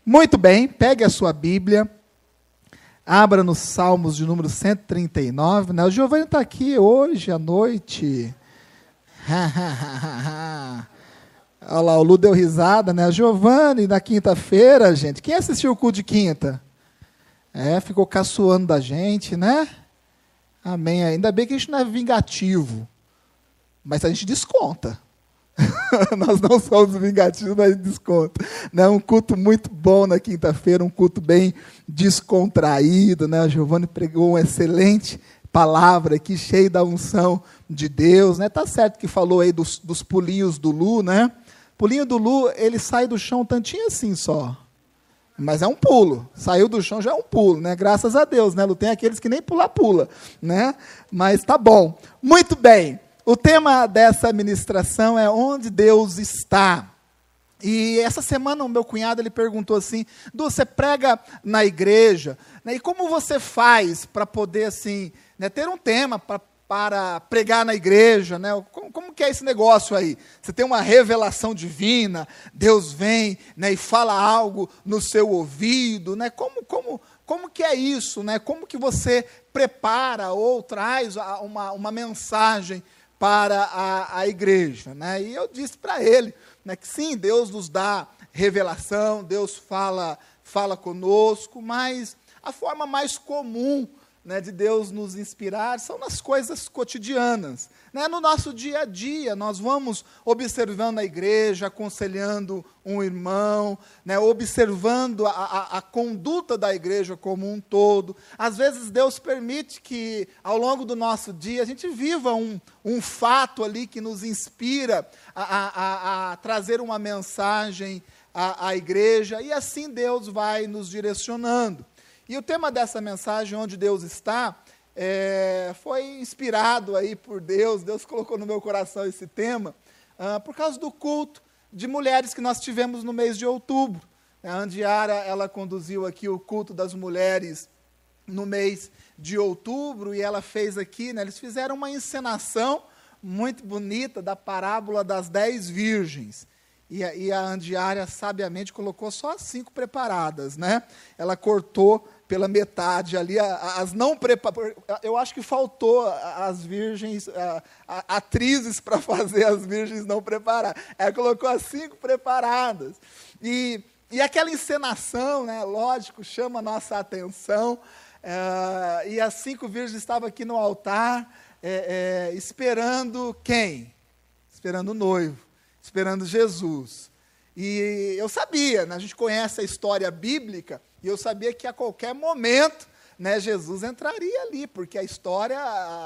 Muito bem, pegue a sua Bíblia, abra nos Salmos de número 139, né? O Giovanni está aqui hoje à noite. Olha lá, o Lu deu risada, né? Giovanni, na quinta-feira, gente. Quem assistiu o culto de quinta? Ficou caçoando da gente, né? Amém. Ainda bem que a gente não é vingativo, mas a gente desconta. Nós não somos vingativos, mas desconto. Né? Um culto muito bom na quinta-feira, um culto bem descontraído. Né? O Giovanni pregou uma excelente palavra aqui, cheia da unção de Deus. Né? Tá certo que falou aí dos pulinhos do Lu, né? Pulinho do Lu, ele sai do chão um tantinho assim só. Mas é um pulo. Saiu do chão já é um pulo, né? Graças a Deus, né? Lu, tem aqueles que nem pula, né? Mas tá bom. Muito bem. O tema dessa ministração é onde Deus está. E essa semana o meu cunhado ele perguntou assim: Du, você prega na igreja, né, e como você faz para poder assim, né, ter um tema para pregar na igreja? Né? Como que é esse negócio aí? Você tem uma revelação divina, Deus vem, né, e fala algo no seu ouvido, né? Como que é isso? Né? Como que você prepara ou traz uma mensagem para a igreja, né? E eu disse para ele, né, que sim, Deus nos dá revelação, Deus fala conosco, mas a forma mais comum, né, de Deus nos inspirar são nas coisas cotidianas, né? No nosso dia a dia, nós vamos observando a igreja, aconselhando um irmão, né, observando a conduta da igreja como um todo. Às vezes Deus permite que ao longo do nosso dia a gente viva um fato ali que nos inspira a trazer uma mensagem à igreja, e assim Deus vai nos direcionando. E o tema dessa mensagem, onde Deus está, foi inspirado aí por Deus. Deus colocou no meu coração esse tema, por causa do culto de mulheres que nós tivemos no mês de outubro. A Andiara, ela conduziu aqui o culto das mulheres no mês de outubro, e ela fez aqui, né, eles fizeram uma encenação muito bonita da parábola das 10 virgens. E a Andiara sabiamente colocou só as 5 preparadas, né? Ela cortou pela metade ali, as não preparadas. Eu acho que faltou as virgens, atrizes para fazer as virgens não preparadas. Ela colocou as 5 preparadas. E aquela encenação, né, lógico, chama a nossa atenção. E as 5 virgens estavam aqui no altar, esperando quem? Esperando o noivo. Esperando Jesus. E eu sabia, né, a gente conhece a história bíblica, e eu sabia que a qualquer momento, né, Jesus entraria ali, porque a história,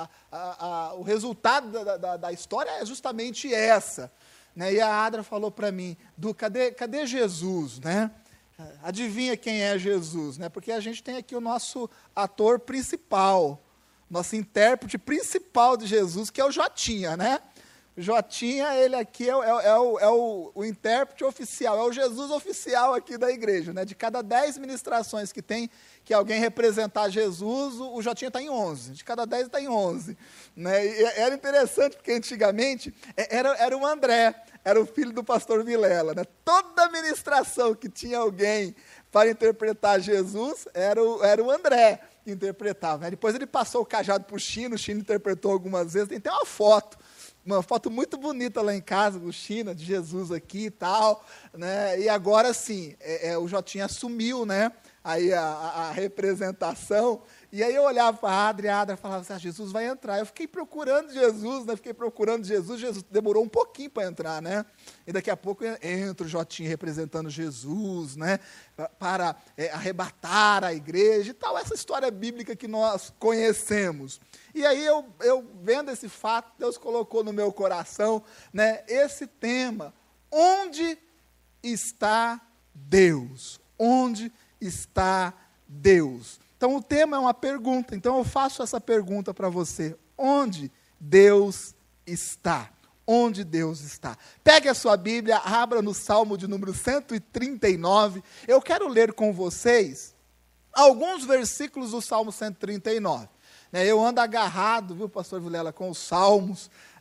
o resultado da história é justamente essa. Né? E a Adra falou para mim: Du, cadê Jesus? Né? Adivinha quem é Jesus? Né? Porque a gente tem aqui o nosso ator principal, nosso intérprete principal de Jesus, que é o Jotinha, né? Jotinha, ele aqui é o intérprete oficial, é o Jesus oficial aqui da igreja. Né? De cada 10 ministrações que tem que alguém representar Jesus, o Jotinha está em 11. De cada 10 está em 11. Né? E era interessante, porque antigamente era o André, era o filho do pastor Vilela. Né? Toda ministração que tinha alguém para interpretar Jesus, era o André que interpretava. Né? Depois ele passou o cajado para o Chino interpretou algumas vezes, tem até uma foto muito bonita lá em casa, do China, de Jesus aqui e tal, né? E agora sim, o Jotinha assumiu, né, aí a representação, e aí eu olhava para a Adra falava assim: Jesus vai entrar. Eu fiquei procurando Jesus, né? Jesus demorou um pouquinho para entrar, né? E daqui a pouco entra o Jotinha representando Jesus, né? Para arrebatar a igreja e tal, essa história bíblica que nós conhecemos. E aí eu vendo esse fato, Deus colocou no meu coração, né, esse tema: onde está Deus? Onde está Deus? Então o tema é uma pergunta, então eu faço essa pergunta para você: onde Deus está? Onde Deus está? Pegue a sua Bíblia, abra no Salmo de número 139, eu quero ler com vocês alguns versículos do Salmo 139. Eu ando agarrado, viu, pastor Vilela, com os Salmos,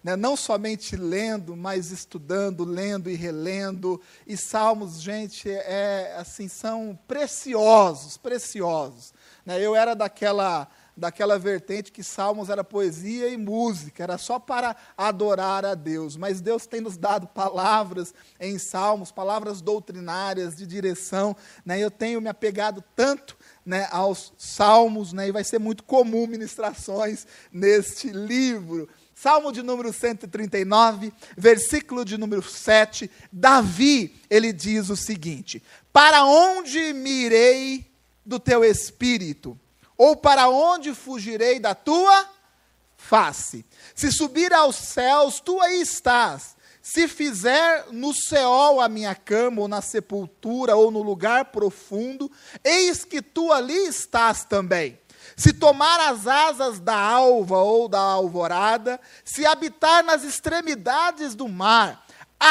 né? Não somente lendo, mas estudando, lendo e relendo. E salmos, gente, assim, são preciosos, preciosos. Né? Eu era daquela vertente que salmos era poesia e música, era só para adorar a Deus. Mas Deus tem nos dado palavras em salmos, palavras doutrinárias, de direção. Né? Eu tenho me apegado tanto, né, aos salmos, né, e vai ser muito comum ministrações neste livro. Salmo de número 139, versículo de número 7, Davi, ele diz o seguinte: para onde me irei do teu espírito? Ou para onde fugirei da tua face? Se subir aos céus, tu aí estás. Se fizer no Seol a minha cama, ou na sepultura, ou no lugar profundo, eis que tu ali estás também. Se tomar as asas da alva ou da alvorada, se habitar nas extremidades do mar,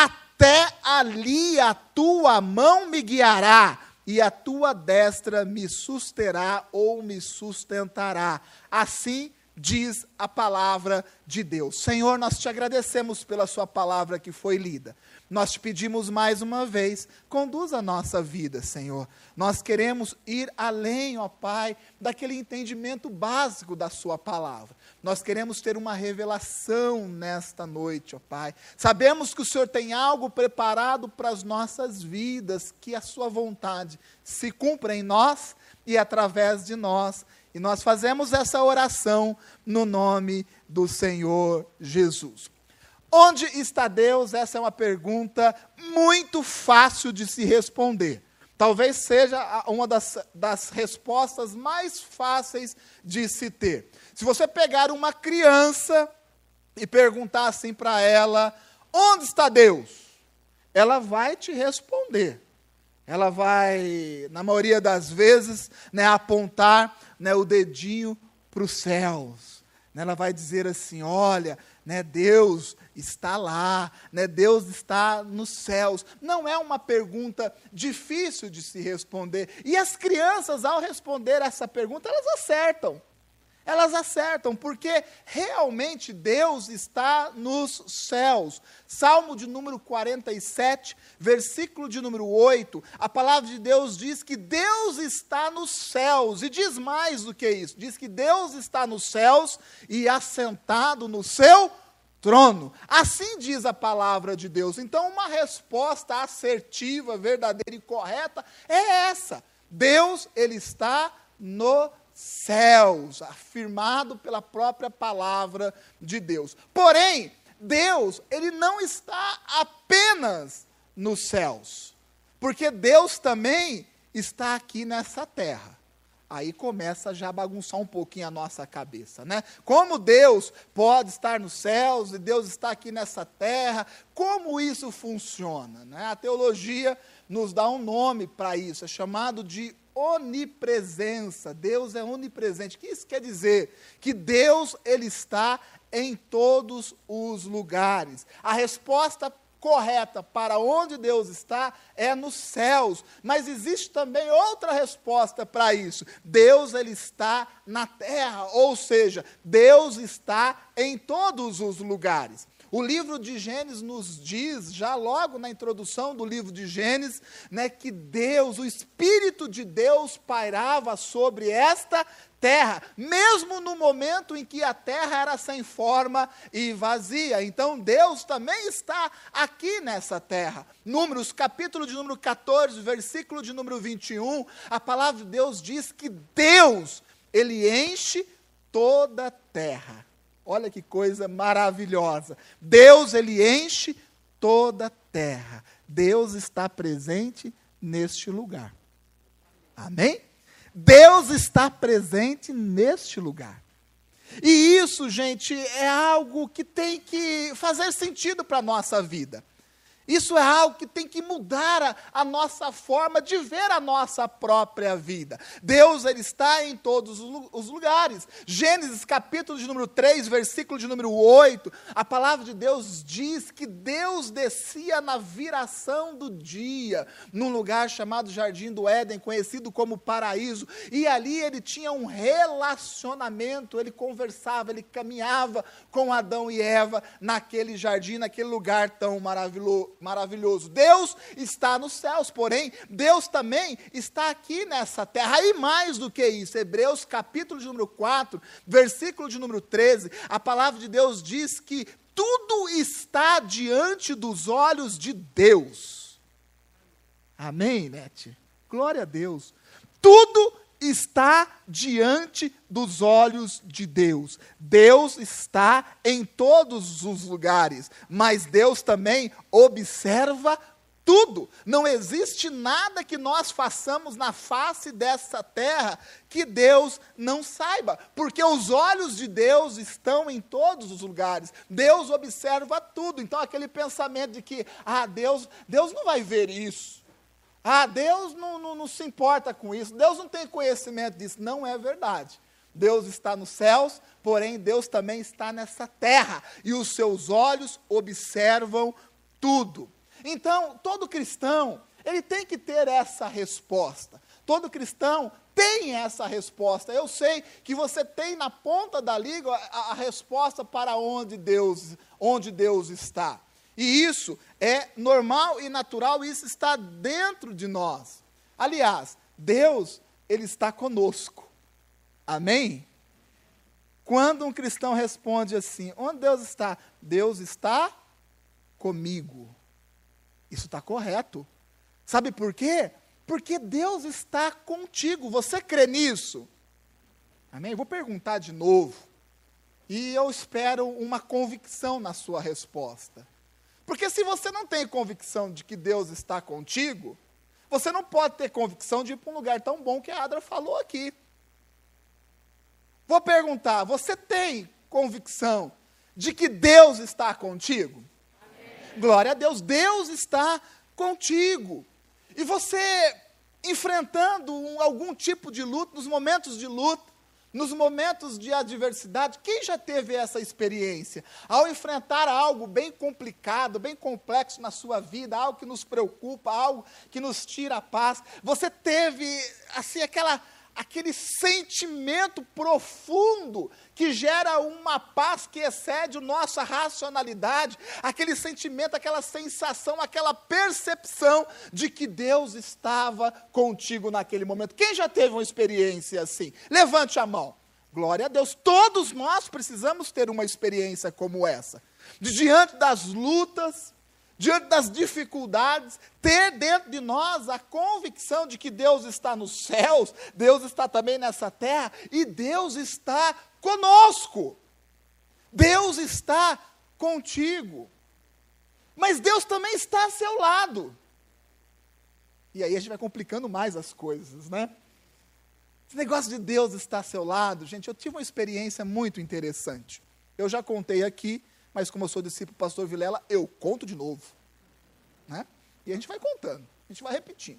até ali a tua mão me guiará, e a tua destra me susterá ou me sustentará. Assim diz a palavra de Deus. Senhor, nós te agradecemos pela sua palavra que foi lida. Nós te pedimos mais uma vez, conduza a nossa vida, Senhor. Nós queremos ir além, ó Pai, daquele entendimento básico da sua palavra. Nós queremos ter uma revelação nesta noite, ó Pai. Sabemos que o Senhor tem algo preparado para as nossas vidas, que a sua vontade se cumpra em nós e através de nós. E nós fazemos essa oração no nome do Senhor Jesus. Onde está Deus? Essa é uma pergunta muito fácil de se responder. Talvez seja uma das respostas mais fáceis de se ter. Se você pegar uma criança e perguntar assim para ela, onde está Deus? Ela vai te responder. Ela vai, na maioria das vezes, né, apontar, né, o dedinho para os céus. Ela vai dizer assim, olha, né, Deus está lá, né, Deus está nos céus. Não é uma pergunta difícil de se responder. E as crianças, ao responder essa pergunta, elas acertam. Elas acertam, porque realmente Deus está nos céus. Salmo de número 47, versículo de número 8, a palavra de Deus diz que Deus está nos céus, e diz mais do que isso, diz que Deus está nos céus e assentado no seu trono. Assim diz a palavra de Deus. Então, uma resposta assertiva, verdadeira e correta é essa. Deus, ele está no céus, afirmado pela própria palavra de Deus. Porém, Deus, ele não está apenas nos céus, porque Deus também está aqui nessa terra. Aí começa já a bagunçar um pouquinho a nossa cabeça, né? Como Deus pode estar nos céus e Deus está aqui nessa terra? Como isso funciona, né? A teologia nos dá um nome para isso, é chamado de onipresença. Deus é onipresente. O que isso quer dizer? Que Deus, ele está em todos os lugares. A resposta correta para onde Deus está é nos céus. Mas existe também outra resposta para isso. Deus, ele está na terra, ou seja, Deus está em todos os lugares. O livro de Gênesis nos diz, já logo na introdução do livro de Gênesis, né, que Deus, o Espírito de Deus pairava sobre esta terra, mesmo no momento em que a terra era sem forma e vazia. Então Deus também está aqui nessa terra. Números, capítulo de número 14, versículo de número 21, a palavra de Deus diz que Deus, ele enche toda a terra. Olha que coisa maravilhosa. Deus, ele enche toda a terra. Deus está presente neste lugar. Amém? Deus está presente neste lugar. E isso, gente, é algo que tem que fazer sentido para a nossa vida. Isso é algo que tem que mudar a nossa forma de ver a nossa própria vida. Deus, Ele está em todos os lugares. Gênesis capítulo de número 3, versículo de número 8, a palavra de Deus diz que Deus descia na viração do dia, num lugar chamado Jardim do Éden, conhecido como paraíso, e ali Ele tinha um relacionamento, Ele conversava, Ele caminhava com Adão e Eva naquele jardim, naquele lugar tão maravilhoso. Deus está nos céus, porém, Deus também está aqui nessa terra, e mais do que isso, Hebreus capítulo de número 4, versículo de número 13, a palavra de Deus diz que tudo está diante dos olhos de Deus. Amém, Nete? Glória a Deus. Tudo está diante dos olhos de Deus. Deus está em todos os lugares, mas Deus também observa tudo. Não existe nada que nós façamos na face dessa terra que Deus não saiba, porque os olhos de Deus estão em todos os lugares. Deus observa tudo. Então aquele pensamento de que, Deus não vai ver isso. Deus não se importa com isso, Deus não tem conhecimento disso. Não é verdade. Deus está nos céus, porém Deus também está nessa terra, e os seus olhos observam tudo. Então, todo cristão, ele tem que ter essa resposta. Todo cristão tem essa resposta. Eu sei que você tem na ponta da língua a resposta para onde Deus está. E isso é normal e natural, e isso está dentro de nós. Aliás, Deus, Ele está conosco. Amém? Quando um cristão responde assim, onde Deus está? Deus está comigo. Isso está correto. Sabe por quê? Porque Deus está contigo. Você crê nisso? Amém? Vou perguntar de novo. E eu espero uma convicção na sua resposta. Porque se você não tem convicção de que Deus está contigo, você não pode ter convicção de ir para um lugar tão bom que a Adra falou aqui. Vou perguntar, você tem convicção de que Deus está contigo? Amém. Glória a Deus, Deus está contigo. E você, enfrentando algum tipo de luta, nos momentos de luta, nos momentos de adversidade, quem já teve essa experiência? Ao enfrentar algo bem complicado, bem complexo na sua vida, algo que nos preocupa, algo que nos tira a paz, você teve, assim, aquele sentimento profundo que gera uma paz que excede a nossa racionalidade, aquele sentimento, aquela sensação, aquela percepção de que Deus estava contigo naquele momento. Quem já teve uma experiência assim? Levante a mão. Glória a Deus. Todos nós precisamos ter uma experiência como essa. Diante das lutas, diante das dificuldades, ter dentro de nós a convicção de que Deus está nos céus, Deus está também nessa terra, e Deus está conosco. Deus está contigo. Mas Deus também está ao seu lado. E aí a gente vai complicando mais as coisas, né? Esse negócio de Deus estar ao seu lado, gente, eu tive uma experiência muito interessante. Eu já contei aqui, mas como eu sou discípulo do pastor Vilela, eu conto de novo. Né? E a gente vai contando, a gente vai repetindo.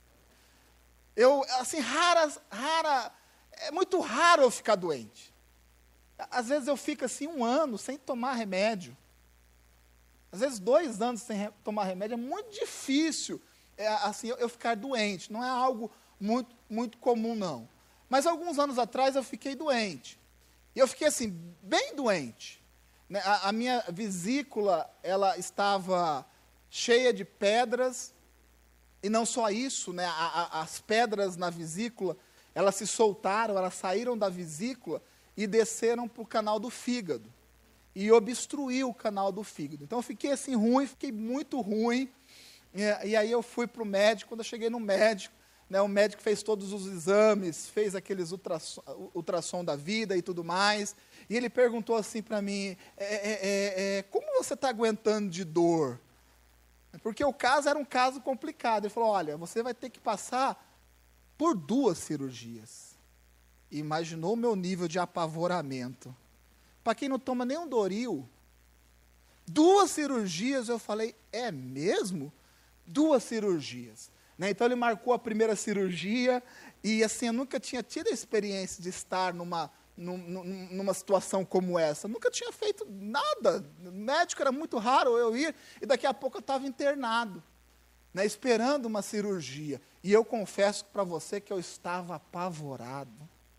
É muito raro eu ficar doente. Às vezes eu fico assim 1 ano sem tomar remédio. Às vezes 2 anos sem tomar remédio. É muito difícil eu ficar doente. Não é algo muito, muito comum, não. Mas alguns anos atrás eu fiquei doente. E eu fiquei assim, bem doente. A minha vesícula, ela estava cheia de pedras, e não só isso, né? As pedras na vesícula, elas se soltaram, elas saíram da vesícula e desceram para o canal do fígado, e obstruiu o canal do fígado. Então eu fiquei assim ruim, fiquei muito ruim, e aí eu fui para o médico. Quando eu cheguei no médico, né, o médico fez todos os exames, fez aqueles ultrassom da vida e tudo mais, e ele perguntou assim para mim, como você está aguentando de dor? Porque o caso era um caso complicado. Ele falou, olha, você vai ter que passar por 2 cirurgias. E imaginou o meu nível de apavoramento. Para quem não toma nem um Doril, 2 cirurgias, eu falei, é mesmo? 2 cirurgias. Né? Então ele marcou a primeira cirurgia, e assim, eu nunca tinha tido a experiência de estar numa situação como essa. Eu nunca tinha feito nada. O médico era muito raro eu ir, e daqui a pouco eu estava internado, né, esperando uma cirurgia. E eu confesso para você que eu estava apavorado.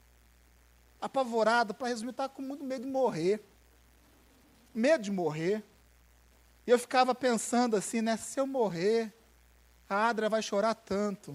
Apavorado, para resumir, estava com muito medo de morrer. Medo de morrer. E eu ficava pensando assim, né, se eu morrer, a Adra vai chorar tanto.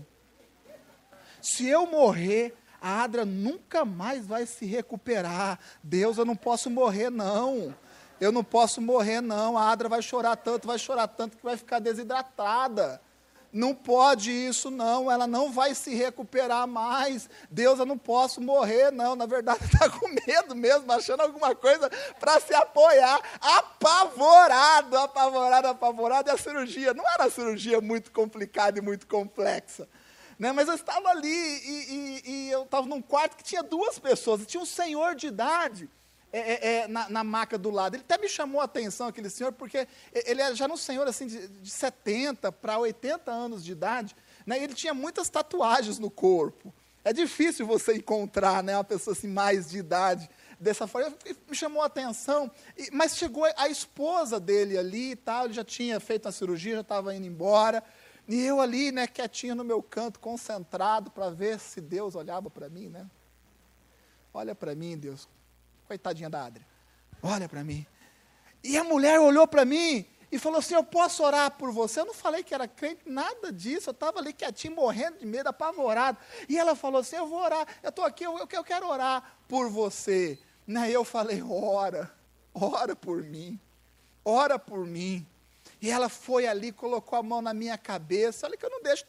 Se eu morrer, a Adra nunca mais vai se recuperar. Deus, eu não posso morrer, não. Eu não posso morrer, não. A Adra vai chorar tanto que vai ficar desidratada. Não pode isso, não. Ela não vai se recuperar mais. Deus, eu não posso morrer, não. Na verdade, está com medo mesmo, achando alguma coisa para se apoiar. Apavorado. E a cirurgia, não era uma cirurgia muito complicada e muito complexa. Né? Mas eu estava ali e eu estava num quarto que tinha 2 pessoas. E tinha um senhor de idade na maca do lado. Ele até me chamou a atenção, aquele senhor, porque ele já era um senhor assim, de 70 para 80 anos de idade, né? E ele tinha muitas tatuagens no corpo. É difícil você encontrar, né, uma pessoa assim, mais de idade dessa forma. Me chamou a atenção, mas chegou a esposa dele ali e tal, ele já tinha feito a cirurgia, já estava indo embora, e eu ali, né, quietinho no meu canto, concentrado, para ver se Deus olhava para mim, né? Olha para mim, Deus. Coitadinha da Adria, olha para mim. E a mulher olhou para mim e falou assim, eu posso orar por você? Eu não falei que era crente, nada disso, eu estava ali quietinho, morrendo de medo, apavorado. E ela falou assim, eu vou orar, eu estou aqui, eu quero orar por você. E eu falei, ora por mim, ora por mim. E ela foi ali, colocou a mão na minha cabeça, olha que eu não deixo...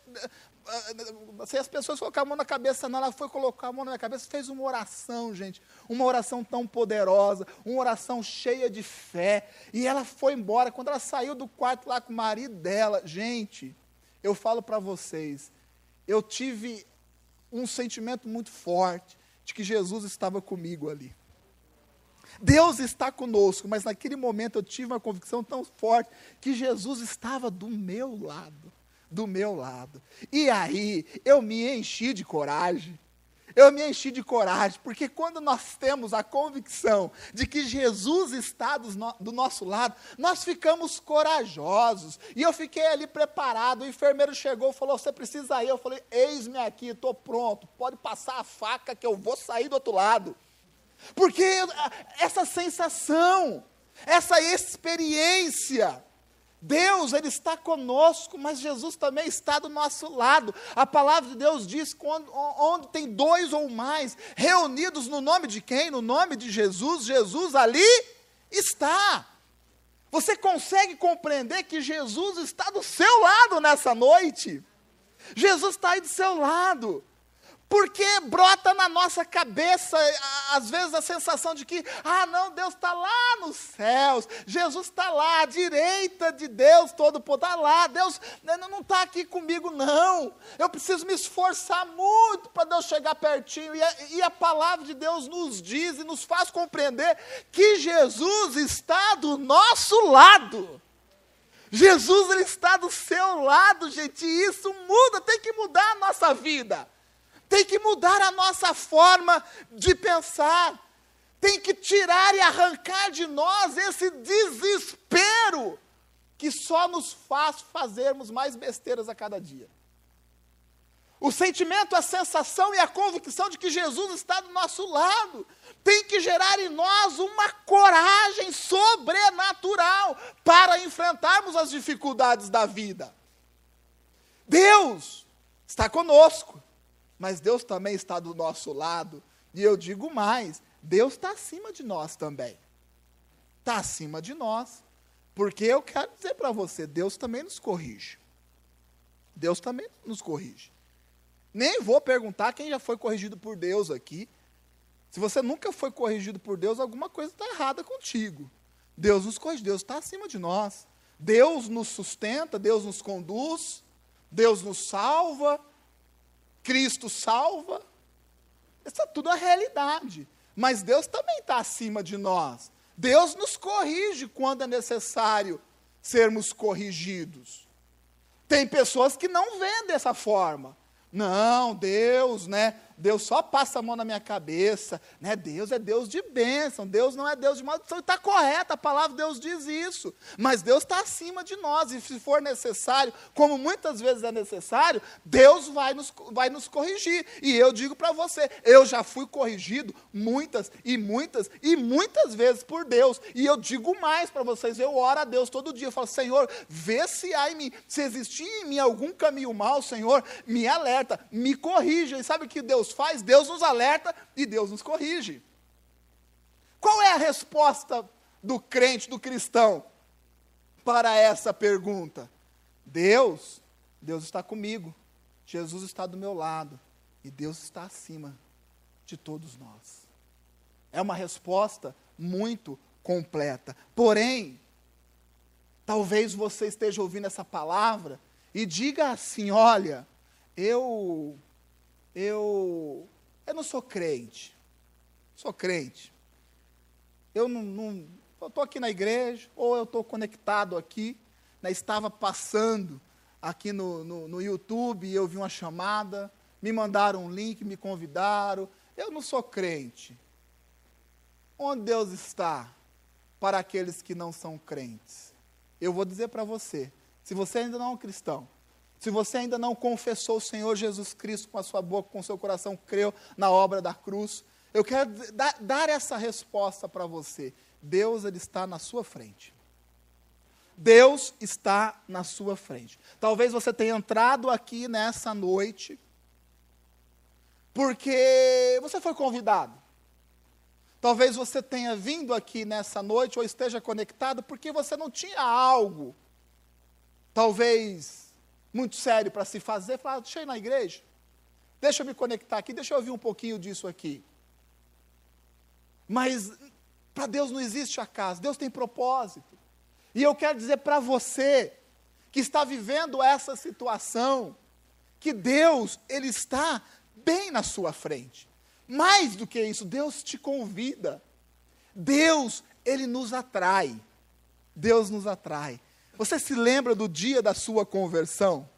Se as pessoas colocaram a mão na cabeça, não, ela foi colocar a mão na minha cabeça, fez uma oração, gente, uma oração tão poderosa, uma oração cheia de fé, e ela foi embora. Quando ela saiu do quarto lá com o marido dela, gente, eu falo para vocês, eu tive um sentimento muito forte de que Jesus estava comigo ali. Deus está conosco, mas naquele momento eu tive uma convicção tão forte que Jesus estava do meu lado. Do meu lado. E aí, eu me enchi de coragem. Porque quando nós temos a convicção de que Jesus está do nosso lado, nós ficamos corajosos. E eu fiquei ali preparado, o enfermeiro chegou e falou, você precisa ir? Eu falei, eis-me aqui, estou pronto, pode passar a faca que eu vou sair do outro lado. Porque essa sensação, essa experiência... Deus, Ele está conosco, mas Jesus também está do nosso lado. A palavra de Deus diz que onde tem 2 ou mais reunidos no nome de quem? No nome de Jesus, Jesus ali está. Você consegue compreender que Jesus está do seu lado nessa noite? Jesus está aí do seu lado. Porque brota na nossa cabeça, às vezes, a sensação de que, não, Deus está lá nos céus, Jesus está lá, à direita de Deus Todo-Poderoso, está lá, Deus não está aqui comigo, não. Eu preciso me esforçar muito para Deus chegar pertinho. E a palavra de Deus nos diz e nos faz compreender que Jesus está do nosso lado. Jesus, Ele está do seu lado, gente, e isso muda, tem que mudar a nossa vida. Tem que mudar a nossa forma de pensar. Tem que tirar e arrancar de nós esse desespero que só nos faz fazermos mais besteiras a cada dia. O sentimento, a sensação e a convicção de que Jesus está do nosso lado tem que gerar em nós uma coragem sobrenatural para enfrentarmos as dificuldades da vida. Deus está conosco. Mas Deus também está do nosso lado, e eu digo mais, Deus está acima de nós também. Está acima de nós, porque eu quero dizer para você, Deus também nos corrige. Deus também nos corrige. Nem vou perguntar quem já foi corrigido por Deus aqui. Se você nunca foi corrigido por Deus, alguma coisa está errada contigo. Deus nos corrige, Deus está acima de nós. Deus nos sustenta, Deus nos conduz, Deus nos salva, Cristo salva, isso é tudo a realidade, mas Deus também está acima de nós. Deus nos corrige quando é necessário sermos corrigidos. Tem pessoas que não veem dessa forma. Não, Deus, Deus só passa a mão na minha cabeça, Deus é Deus de bênção, Deus não é Deus de maldição. Está correto, a palavra de Deus diz isso, mas Deus está acima de nós, e se for necessário, como muitas vezes é necessário, Deus vai nos corrigir, e eu digo para você, eu já fui corrigido muitas vezes por Deus, e eu digo mais para vocês, eu oro a Deus todo dia, eu falo, Senhor, vê se há em mim, se existir em mim algum caminho mau, Senhor, me alerta, me corrija, e sabe o que Deus faz? Deus nos alerta e Deus nos corrige. Qual é a resposta do crente, do cristão, para essa pergunta? Deus está comigo, Jesus está do meu lado, e Deus está acima de todos nós. É uma resposta muito completa. Porém, talvez você esteja ouvindo essa palavra e diga assim, olha, eu não sou crente. Eu estou aqui na igreja, ou eu estou conectado aqui, estava passando aqui no YouTube, e eu vi uma chamada, me mandaram um link, me convidaram, eu não sou crente. Onde Deus está para aqueles que não são crentes? Eu vou dizer para você, se você ainda não é um cristão, se você ainda não confessou o Senhor Jesus Cristo com a sua boca, com o seu coração, creu na obra da cruz, eu quero dar essa resposta para você. Deus, Ele está na sua frente. Deus está na sua frente. Talvez você tenha entrado aqui nessa noite, porque você foi convidado. Talvez você tenha vindo aqui nessa noite, ou esteja conectado, porque você não tinha algo, talvez muito sério para se fazer, falar, deixa eu ir na igreja, deixa eu me conectar aqui, deixa eu ouvir um pouquinho disso aqui. Mas para Deus não existe acaso, Deus tem propósito. E eu quero dizer para você, que está vivendo essa situação, que Deus, Ele está bem na sua frente. Mais do que isso, Deus te convida. Deus, Ele nos atrai. Deus nos atrai. Você se lembra do dia da sua conversão?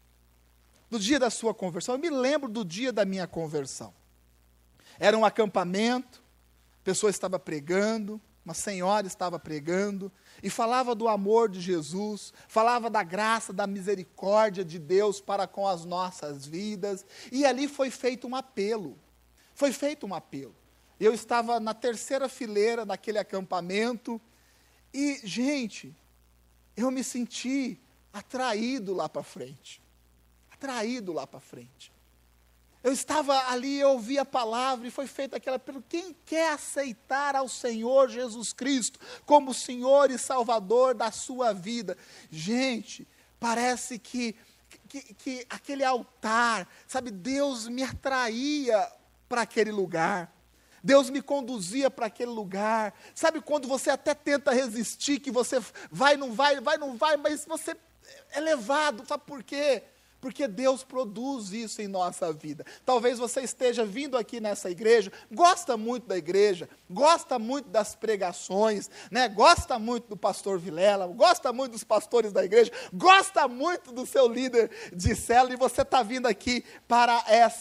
Do dia da sua conversão? Eu me lembro do dia da minha conversão. Era um acampamento, a pessoa estava pregando, uma senhora estava pregando, e falava do amor de Jesus, falava da graça, da misericórdia de Deus para com as nossas vidas, e ali foi feito um apelo. Foi feito um apelo. Eu estava na terceira fileira daquele acampamento, e, gente, eu me senti atraído lá para frente. Atraído lá para frente. Eu estava ali, eu ouvi a palavra e foi feita aquela pergunta, quem quer aceitar ao Senhor Jesus Cristo como Senhor e Salvador da sua vida? Gente, parece que aquele altar, sabe, Deus me atraía para aquele lugar. Deus me conduzia para aquele lugar. Sabe quando você até tenta resistir, que você vai, não vai, mas você é levado. Sabe por quê? Porque Deus produz isso em nossa vida. Talvez você esteja vindo aqui nessa igreja, gosta muito da igreja, gosta muito das pregações, gosta muito do pastor Vilela, gosta muito dos pastores da igreja, gosta muito do seu líder de célula, e você está vindo aqui para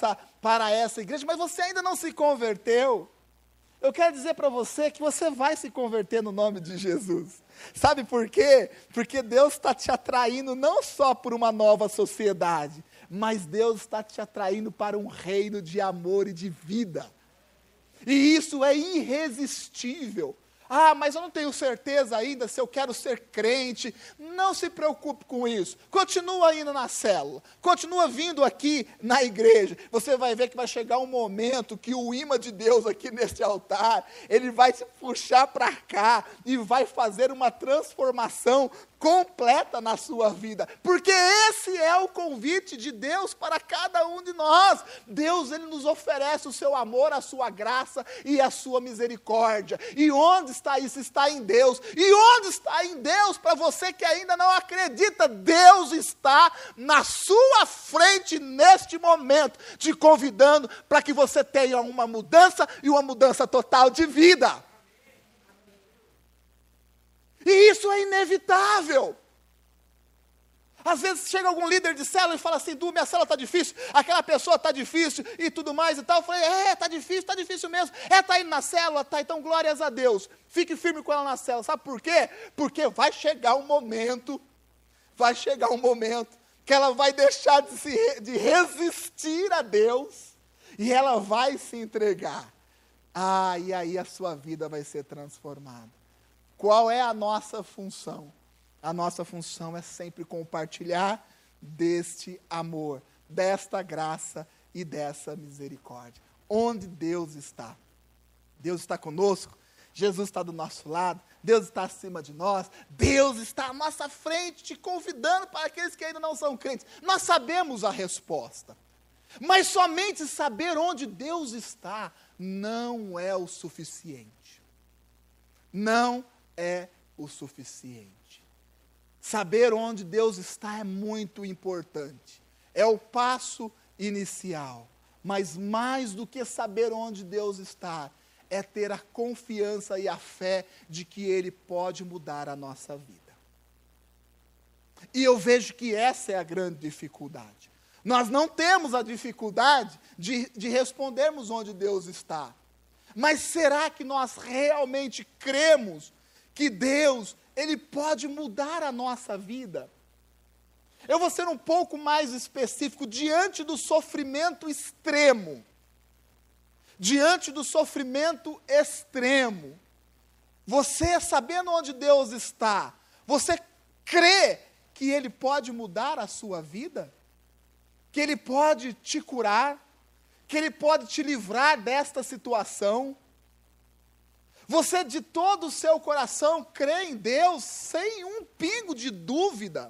essa igreja, mas você ainda não se converteu. Eu quero dizer para você que você vai se converter no nome de Jesus. Sabe por quê? Porque Deus está te atraindo não só por uma nova sociedade, mas Deus está te atraindo para um reino de amor e de vida. E isso é irresistível. Ah, mas eu não tenho certeza ainda se eu quero ser crente. Não se preocupe com isso. Continua indo na célula. Continua vindo aqui na igreja. Você vai ver que vai chegar um momento que o imã de Deus aqui neste altar, ele vai se puxar para cá e vai fazer uma transformação completa na sua vida, porque esse é o convite de Deus para cada um de nós. Deus, Ele nos oferece o seu amor, a sua graça e a sua misericórdia. E onde está isso? Está em Deus. E onde está em Deus? Para você que ainda não acredita, Deus está na sua frente neste momento, te convidando para que você tenha uma mudança e uma mudança total de vida. E isso é inevitável. Às vezes chega algum líder de célula e fala assim, minha célula está difícil, aquela pessoa está difícil e tudo mais e tal. Eu falei, está difícil mesmo. Está indo na célula, tá, então glórias a Deus. Fique firme com ela na célula. Sabe por quê? Porque vai chegar um momento que ela vai deixar de resistir a Deus e ela vai se entregar. E aí a sua vida vai ser transformada. Qual é a nossa função? A nossa função é sempre compartilhar deste amor, desta graça e dessa misericórdia. Onde Deus está? Deus está conosco, Jesus está do nosso lado, Deus está acima de nós, Deus está à nossa frente, te convidando para aqueles que ainda não são crentes. Nós sabemos a resposta, mas somente saber onde Deus está não é o suficiente. Não é o suficiente. Saber onde Deus está é muito importante. É o passo inicial. Mas mais do que saber onde Deus está, é ter a confiança e a fé de que Ele pode mudar a nossa vida. E eu vejo que essa é a grande dificuldade. Nós não temos a dificuldade de respondermos onde Deus está. Mas será que nós realmente cremos que Deus, Ele pode mudar a nossa vida? Eu vou ser um pouco mais específico. Diante do sofrimento extremo, você sabendo onde Deus está, você crê que Ele pode mudar a sua vida? Que Ele pode te curar? Que Ele pode te livrar desta situação? Você de todo o seu coração crê em Deus sem um pingo de dúvida?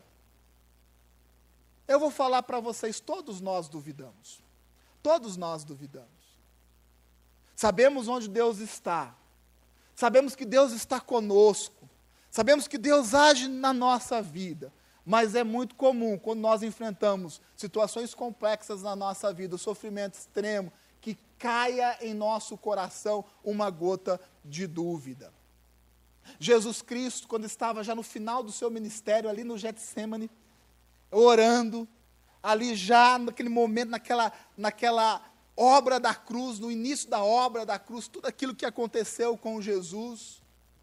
Eu vou falar para vocês, todos nós duvidamos. Todos nós duvidamos. Sabemos onde Deus está. Sabemos que Deus está conosco. Sabemos que Deus age na nossa vida. Mas é muito comum, quando nós enfrentamos situações complexas na nossa vida, o sofrimento extremo, que caia em nosso coração uma gota de dúvida. Jesus Cristo, quando estava já no final do seu ministério, ali no Getsêmani, orando, ali já naquele momento, naquela obra da cruz, no início da obra da cruz, tudo aquilo que aconteceu com Jesus,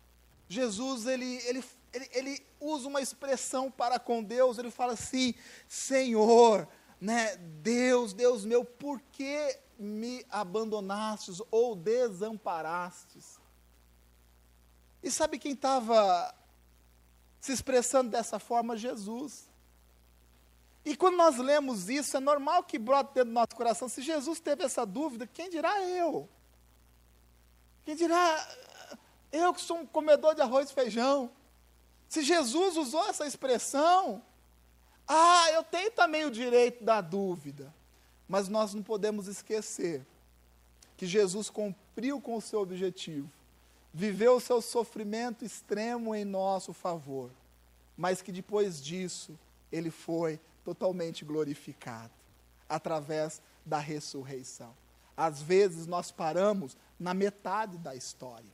ele usa uma expressão para com Deus, ele fala assim, Senhor, né, Deus meu, por que me abandonastes ou desamparastes? E sabe quem estava se expressando dessa forma? Jesus. E quando nós lemos isso, é normal que brote dentro do nosso coração, se Jesus teve essa dúvida, quem dirá eu? Quem dirá eu que sou um comedor de arroz e feijão? Se Jesus usou essa expressão, eu tenho também o direito da dúvida. Mas nós não podemos esquecer que Jesus cumpriu com o seu objetivo, viveu o seu sofrimento extremo em nosso favor, mas que depois disso, Ele foi totalmente glorificado, através da ressurreição. Às vezes nós paramos na metade da história.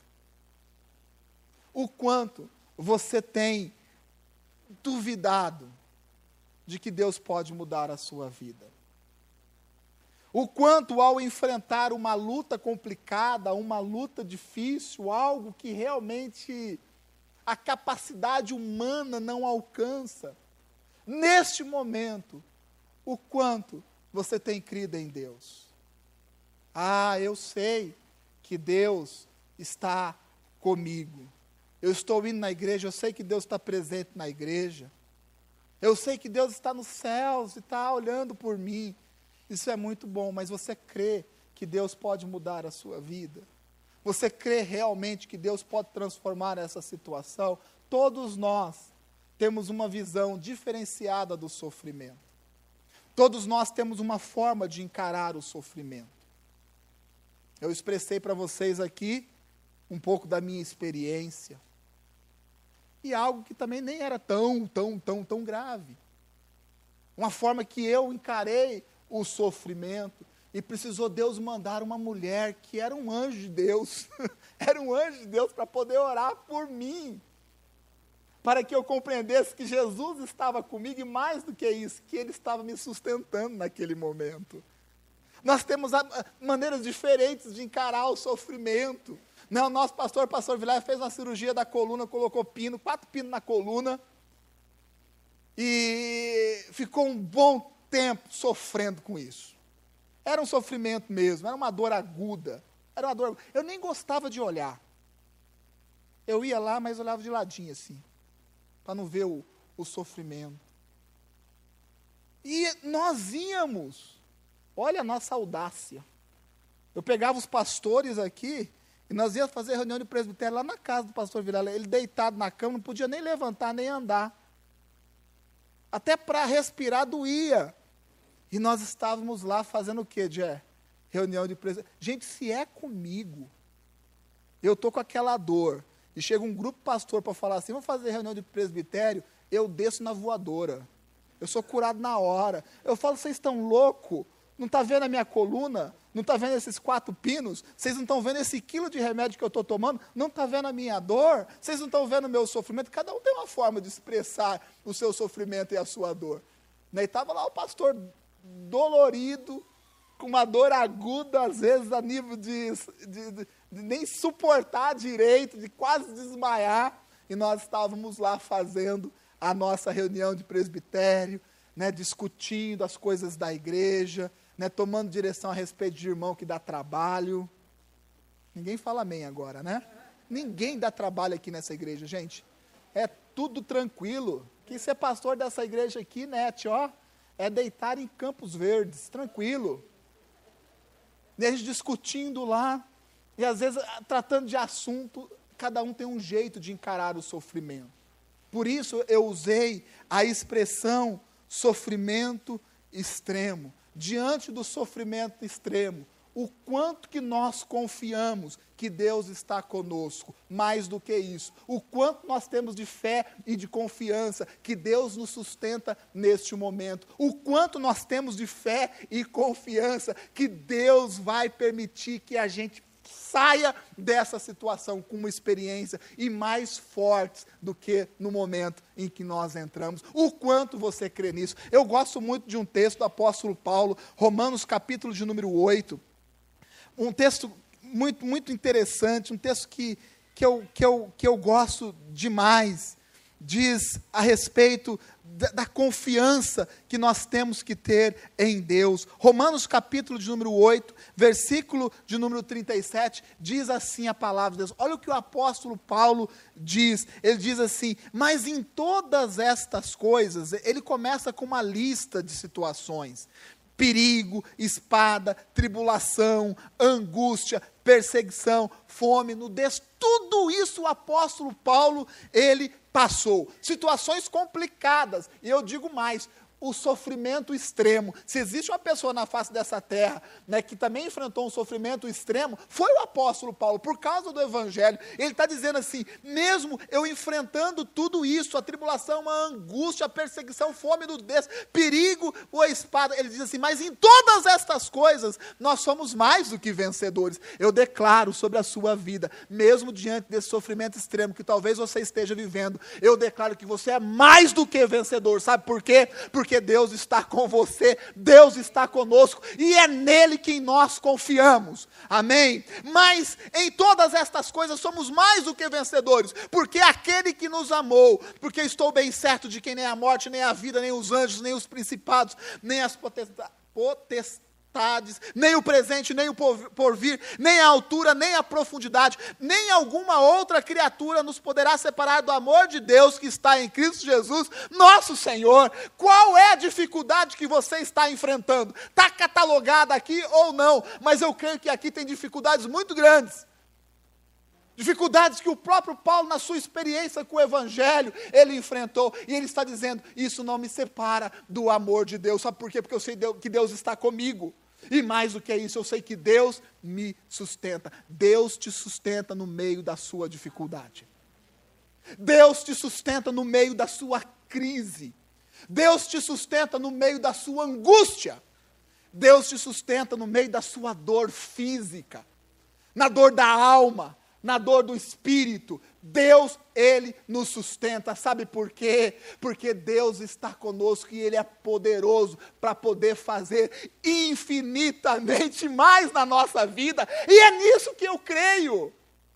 O quanto você tem duvidado de que Deus pode mudar a sua vida? O quanto ao enfrentar uma luta complicada, uma luta difícil, algo que realmente a capacidade humana não alcança, neste momento, o quanto você tem crido em Deus? Eu sei que Deus está comigo. Eu estou indo na igreja, eu sei que Deus está presente na igreja. Eu sei que Deus está nos céus e está olhando por mim. Isso é muito bom, mas você crê que Deus pode mudar a sua vida? Você crê realmente que Deus pode transformar essa situação? Todos nós temos uma visão diferenciada do sofrimento. Todos nós temos uma forma de encarar o sofrimento. Eu expressei para vocês aqui um pouco da minha experiência. E algo que também nem era tão grave. Uma forma que eu encarei o sofrimento, e precisou Deus mandar uma mulher que era um anjo de Deus, era um anjo de Deus para poder orar por mim. para que eu compreendesse que Jesus estava comigo e mais do que isso, que Ele estava me sustentando naquele momento. Nós temos maneiras diferentes de encarar o sofrimento. Não, o nosso pastor Vilar, fez uma cirurgia da coluna, colocou 4 pinos na coluna, e ficou um bom tempo sofrendo com isso. Era um sofrimento mesmo, era uma dor aguda. Eu nem gostava de olhar. Eu ia lá, mas olhava de ladinho assim, para não ver o sofrimento. E nós íamos, olha a nossa audácia. Eu pegava os pastores aqui, e nós íamos fazer reunião de presbitério lá na casa do pastor Vilela. Ele deitado na cama, não podia nem levantar, nem andar. Até para respirar doía. E nós estávamos lá fazendo o quê, Jé? Reunião de presbitério. Gente, se é comigo, eu estou com aquela dor, e chega um grupo pastor para falar assim, vamos fazer reunião de presbitério, eu desço na voadora. Eu sou curado na hora. Eu falo, vocês estão loucos? Não está vendo a minha coluna? Não está vendo esses 4 pinos? Vocês não estão vendo esse quilo de remédio que eu estou tomando? Não está vendo a minha dor? Vocês não estão vendo o meu sofrimento? Cada um tem uma forma de expressar o seu sofrimento e a sua dor. E estava lá o pastor dolorido, com uma dor aguda, às vezes a nível de nem suportar direito, de quase desmaiar. E nós estávamos lá fazendo a nossa reunião de presbitério, né, discutindo as coisas da igreja, né, tomando direção a respeito de irmão que dá trabalho. Ninguém fala amém agora, né? Ninguém dá trabalho aqui nessa igreja, gente. É tudo tranquilo. Que ser pastor dessa igreja aqui, Net, ó, é deitar em Campos Verdes, tranquilo. E a gente discutindo lá, e às vezes tratando de assunto, cada um tem um jeito de encarar o sofrimento. Por isso eu usei a expressão sofrimento extremo. Diante do sofrimento extremo, o quanto que nós confiamos que Deus está conosco, mais do que isso, o quanto nós temos de fé e de confiança que Deus nos sustenta neste momento, o quanto nós temos de fé e confiança que Deus vai permitir que a gente saia dessa situação com uma experiência e mais fortes do que no momento em que nós entramos. O quanto você crê nisso? Eu gosto muito de um texto do apóstolo Paulo, Romanos capítulo de número 8, um texto muito, muito interessante, um texto que eu gosto demais, diz a respeito da confiança que nós temos que ter em Deus. Romanos capítulo de número 8, versículo de número 37, diz assim a palavra de Deus. Olha o que o apóstolo Paulo diz. Ele diz assim, mas em todas estas coisas, ele começa com uma lista de situações. Perigo, espada, tribulação, angústia, perseguição, fome, nudez, tudo isso o apóstolo Paulo, ele passou. Situações complicadas, e eu digo mais, o sofrimento extremo. Se existe uma pessoa na face dessa terra, né, que também enfrentou um sofrimento extremo, foi o apóstolo Paulo, por causa do evangelho. Ele está dizendo assim, mesmo eu enfrentando tudo isso, a tribulação, a angústia, a perseguição, fome, nudez, perigo ou a espada, ele diz assim, mas em todas estas coisas, nós somos mais do que vencedores. Eu declaro sobre a sua vida, mesmo diante desse sofrimento extremo, que talvez você esteja vivendo, eu declaro que você é mais do que vencedor. Sabe por quê? Porque Deus está com você, Deus está conosco, e é nele que nós confiamos, amém? Mas em todas estas coisas somos mais do que vencedores, porque aquele que nos amou, porque estou bem certo de que nem a morte, nem a vida, nem os anjos, nem os principados, nem as potestades, nem o presente, nem o porvir, nem a altura, nem a profundidade, nem alguma outra criatura nos poderá separar do amor de Deus que está em Cristo Jesus, nosso Senhor. Qual é a dificuldade que você está enfrentando? Está catalogada aqui ou não? Mas eu creio que aqui tem dificuldades muito grandes. Dificuldades que o próprio Paulo, na sua experiência com o Evangelho, ele enfrentou. E ele está dizendo, isso não me separa do amor de Deus. Sabe por quê? Porque eu sei que Deus está comigo. E mais do que isso, eu sei que Deus me sustenta. Deus te sustenta no meio da sua dificuldade. Deus te sustenta no meio da sua crise. Deus te sustenta no meio da sua angústia. Deus te sustenta no meio da sua dor física. Na dor da alma. na dor do espírito, Deus, Ele nos sustenta. Sabe por quê? Porque Deus está conosco e Ele é poderoso para poder fazer infinitamente mais na nossa vida. E é nisso que eu creio.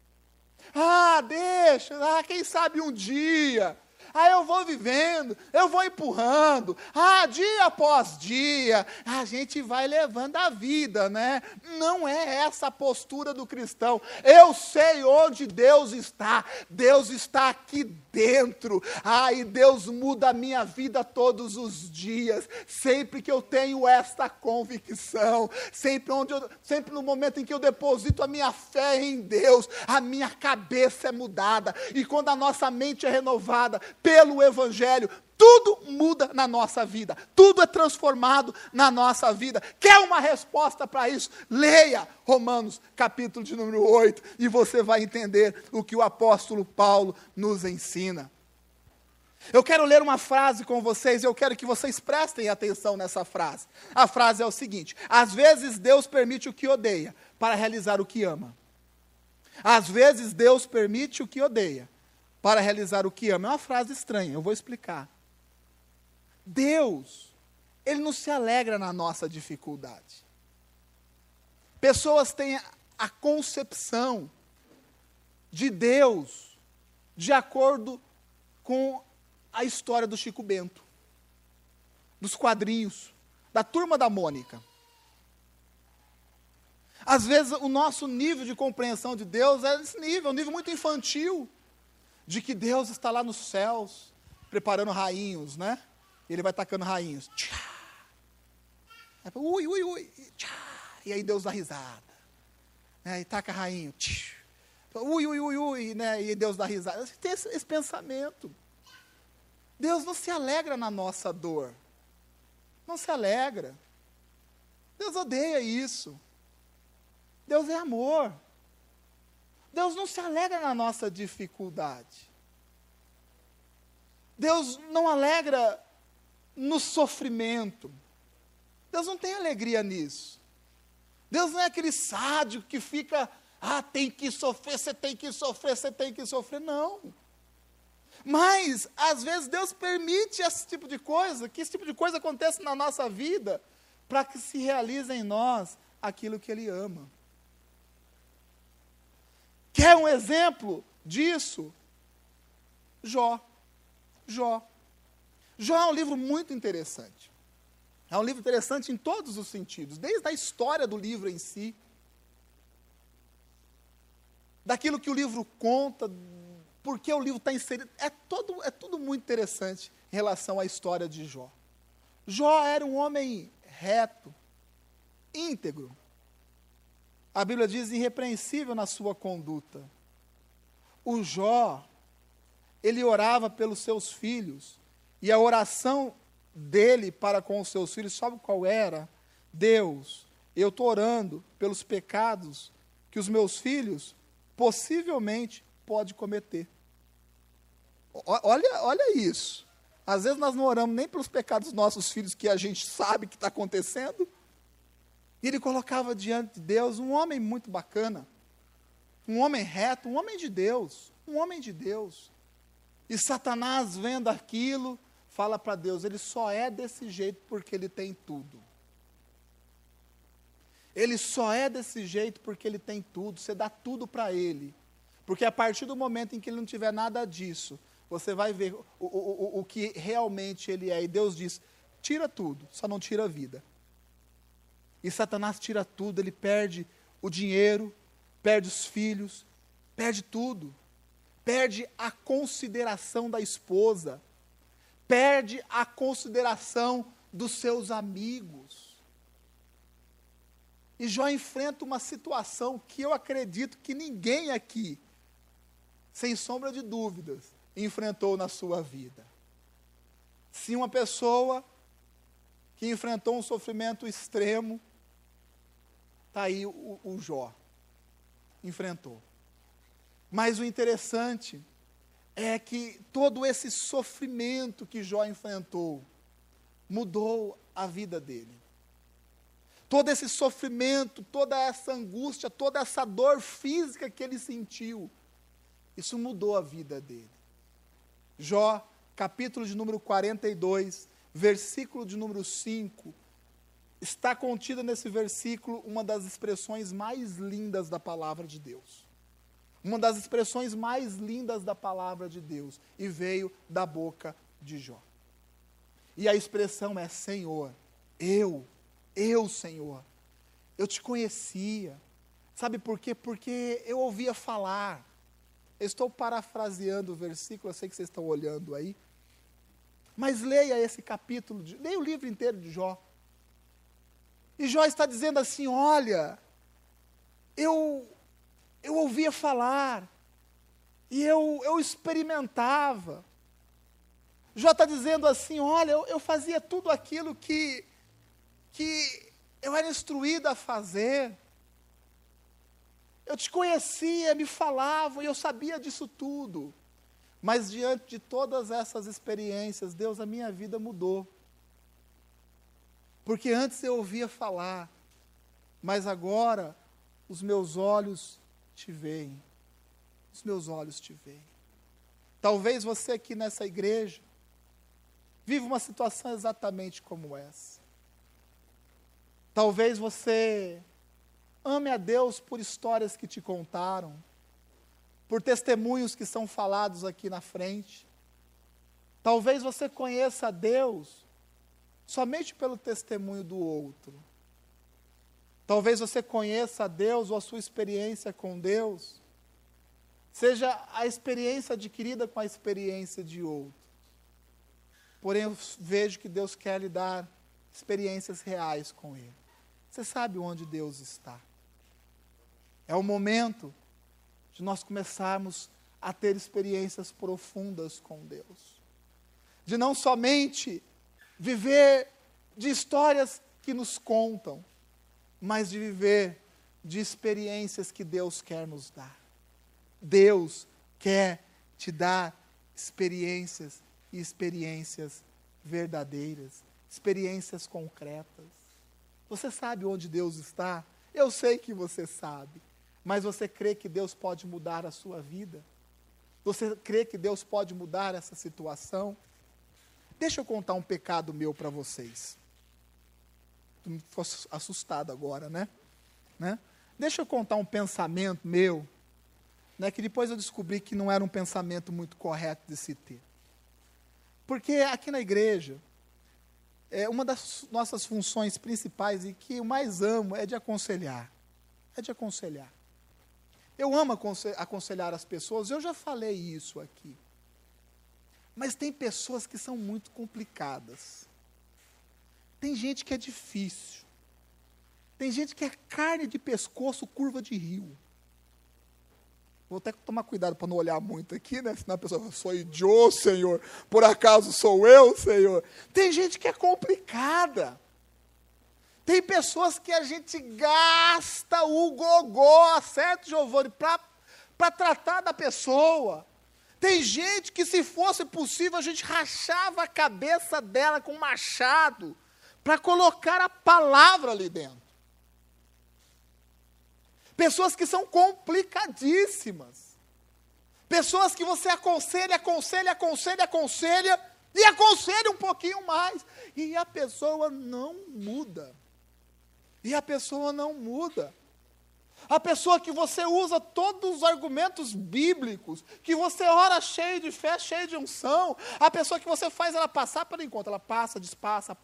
Quem sabe um dia. Eu vou vivendo, eu vou empurrando, dia após dia, a gente vai levando a vida, né? Não é essa a postura do cristão. Eu sei onde Deus está aqui dentro, e Deus muda a minha vida todos os dias, sempre que eu tenho esta convicção, sempre no momento em que eu deposito a minha fé em Deus, a minha cabeça é mudada, e quando a nossa mente é renovada, pelo Evangelho, tudo muda na nossa vida, tudo é transformado na nossa vida. Quer uma resposta para isso? Leia Romanos, capítulo de número 8, e você vai entender o que o apóstolo Paulo nos ensina. Eu quero ler uma frase com vocês, e eu quero que vocês prestem atenção nessa frase. A frase é o seguinte: às vezes Deus permite o que odeia, para realizar o que ama. Às vezes Deus permite o que odeia, para realizar o que ama. É uma frase estranha, eu vou explicar. Deus, Ele não se alegra na nossa dificuldade. Pessoas têm a concepção de Deus de acordo com a história do Chico Bento, dos quadrinhos, da Turma da Mônica. Às vezes o nosso nível de compreensão de Deus é esse nível, um nível muito infantil, de que Deus está lá nos céus, preparando rainhos, né? Ele vai tacando rainhos. Ui, ui, ui. E aí Deus dá risada. E taca rainho. Ui, ui, ui, ui. Né? E Deus dá risada. Tem esse pensamento. Deus não se alegra na nossa dor. Não se alegra. Deus odeia isso. Deus é amor. Deus não se alegra na nossa dificuldade. Deus não alegra no sofrimento. Deus não tem alegria nisso. Deus não é aquele sádico que fica, tem que sofrer, você tem que sofrer, você tem que sofrer. Não. Mas, às vezes, Deus permite esse tipo de coisa, que esse tipo de coisa aconteça na nossa vida, para que se realize em nós aquilo que Ele ama. Quer um exemplo disso? Jó. Jó é um livro muito interessante. É um livro interessante em todos os sentidos, desde a história do livro em si, daquilo que o livro conta, porque o livro está inserido, é tudo muito interessante em relação à história de Jó. Jó era um homem reto, íntegro. A Bíblia diz irrepreensível na sua conduta. O Jó, ele orava pelos seus filhos, e a oração dele para com os seus filhos, sabe qual era? Deus, eu estou orando pelos pecados que os meus filhos possivelmente podem cometer. Olha isso. Às vezes nós não oramos nem pelos pecados dos nossos filhos, que a gente sabe que está acontecendo. E ele colocava diante de Deus um homem muito bacana, um homem reto, um homem de Deus, E Satanás, vendo aquilo, fala para Deus, ele só é desse jeito porque ele tem tudo. Ele só é desse jeito porque ele tem tudo, você dá tudo para ele. Porque a partir do momento em que ele não tiver nada disso, você vai ver o que realmente ele é. E Deus diz, tira tudo, só não tira a vida. E Satanás tira tudo, ele perde o dinheiro, perde os filhos, perde tudo. Perde a consideração da esposa, perde a consideração dos seus amigos. E Jó enfrenta uma situação que eu acredito que ninguém aqui, sem sombra de dúvidas, enfrentou na sua vida. Se uma pessoa que enfrentou um sofrimento extremo, está aí o Jó, enfrentou. Mas o interessante é que todo esse sofrimento que Jó enfrentou, mudou a vida dele. todo esse sofrimento, toda essa angústia, toda essa dor física que ele sentiu, isso mudou a vida dele. Jó, capítulo de número 42, versículo de número 5, está contida nesse versículo uma das expressões mais lindas da palavra de Deus. Uma das expressões mais lindas da palavra de Deus, e veio da boca de Jó. E a expressão é: Senhor, eu, Senhor, eu te conhecia. Sabe por quê? Porque eu ouvia falar. Eu estou parafraseando o versículo, eu sei que vocês estão olhando aí. Mas leia esse capítulo, leia o livro inteiro de Jó. E Jó está dizendo assim: olha, eu ouvia falar, e eu experimentava. Jó está dizendo assim: olha, eu fazia tudo aquilo que eu era instruído a fazer. Eu te conhecia, me falava, e eu sabia disso tudo. Mas diante de todas essas experiências, Deus, a minha vida mudou. Porque antes eu ouvia falar, mas agora os meus olhos te veem. Os meus olhos te veem. Talvez você aqui nessa igreja viva uma situação exatamente como essa. Talvez você ame a Deus por histórias que te contaram, por testemunhos que são falados aqui na frente. Talvez você conheça a Deus somente pelo testemunho do outro. Talvez você conheça a Deus, ou a sua experiência com Deus seja a experiência adquirida com a experiência de outro. Porém, eu vejo que Deus quer lhe dar experiências reais com Ele. Você sabe onde Deus está. É o momento de nós começarmos a ter experiências profundas com Deus. De não somente viver de histórias que nos contam, mas de viver de experiências que Deus quer nos dar. Deus quer te dar experiências, e experiências verdadeiras, experiências concretas. Você sabe onde Deus está? Eu sei que você sabe, mas você crê que Deus pode mudar a sua vida? Você crê que Deus pode mudar essa situação? Deixa eu contar um pecado meu para vocês. Estou assustado agora, né? Deixa eu contar um pensamento meu, né, que depois eu descobri que não era um pensamento muito correto de se ter. Porque aqui na igreja, uma das nossas funções principais, e que eu mais amo, é de aconselhar. É de aconselhar. Eu amo aconselhar as pessoas, eu já falei isso aqui. Mas tem pessoas que são muito complicadas. Tem gente que é difícil. Tem gente que é carne de pescoço, curva de rio. Vou até tomar cuidado para não olhar muito aqui, né? Senão a pessoa fala: sou eu, Senhor. Por acaso sou eu, Senhor? Tem gente que é complicada. Tem pessoas que a gente gasta o gogó, certo, Giovanni? Para tratar da pessoa. Tem gente que, se fosse possível, a gente rachava a cabeça dela com um machado para colocar a palavra ali dentro. Pessoas que são complicadíssimas. Pessoas que você aconselha e aconselha um pouquinho mais. E a pessoa não muda. A pessoa que você usa todos os argumentos bíblicos, que você ora cheio de fé, cheio de unção, a pessoa que você faz ela passar pelo encontro, ela passa, despassa.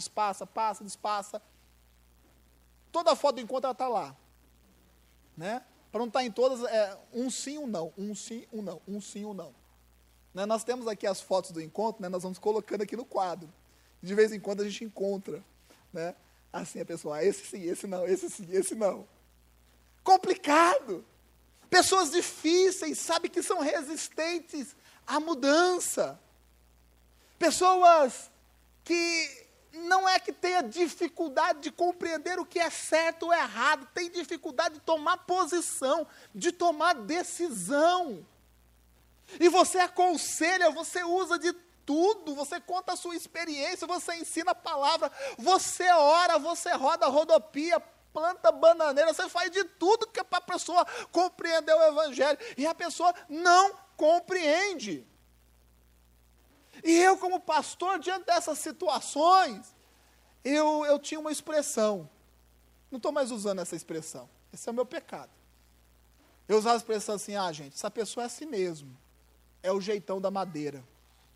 Toda foto do encontro ela está lá. Né? Para não estar em todas, um sim, um não, um sim, um não, um sim, um não. Né? Nós temos aqui as fotos do encontro, né? Nós vamos colocando aqui no quadro. De vez em quando a gente encontra, né? Assim a pessoa: esse sim, esse não, esse sim, esse não. Complicado. Pessoas difíceis, sabe, que são resistentes à mudança. Pessoas que não é que tenha dificuldade de compreender o que é certo ou errado, tem dificuldade de tomar posição, de tomar decisão. E você aconselha, você usa de tudo, você conta a sua experiência, você ensina a palavra, você ora, você roda rodopia, planta bananeira, você faz de tudo que é para a pessoa compreender o evangelho, e a pessoa não compreende. E eu, como pastor, diante dessas situações, eu tinha uma expressão, não estou mais usando essa expressão, esse é o meu pecado. Eu usava a expressão assim, gente, essa pessoa é assim mesmo, é o jeitão da madeira.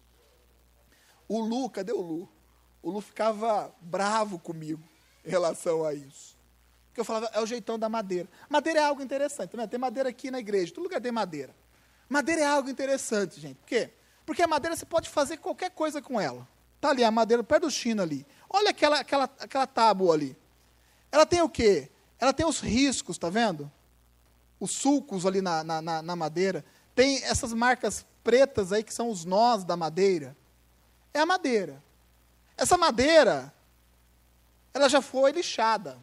O Lu, cadê o Lu? O Lu ficava bravo comigo em relação a isso. Porque eu falava, é o jeitão da madeira. Madeira é algo interessante, né? Tem madeira aqui na igreja, todo lugar tem madeira. Madeira é algo interessante, gente. Por quê? Porque a madeira você pode fazer qualquer coisa com ela. Está ali a madeira, perto do chino ali. Olha aquela tábua ali. Ela tem o quê? Ela tem os riscos, está vendo? Os sulcos ali na madeira. Tem essas marcas pretas aí que são os nós da madeira. É a madeira. Essa madeira, ela já foi lixada.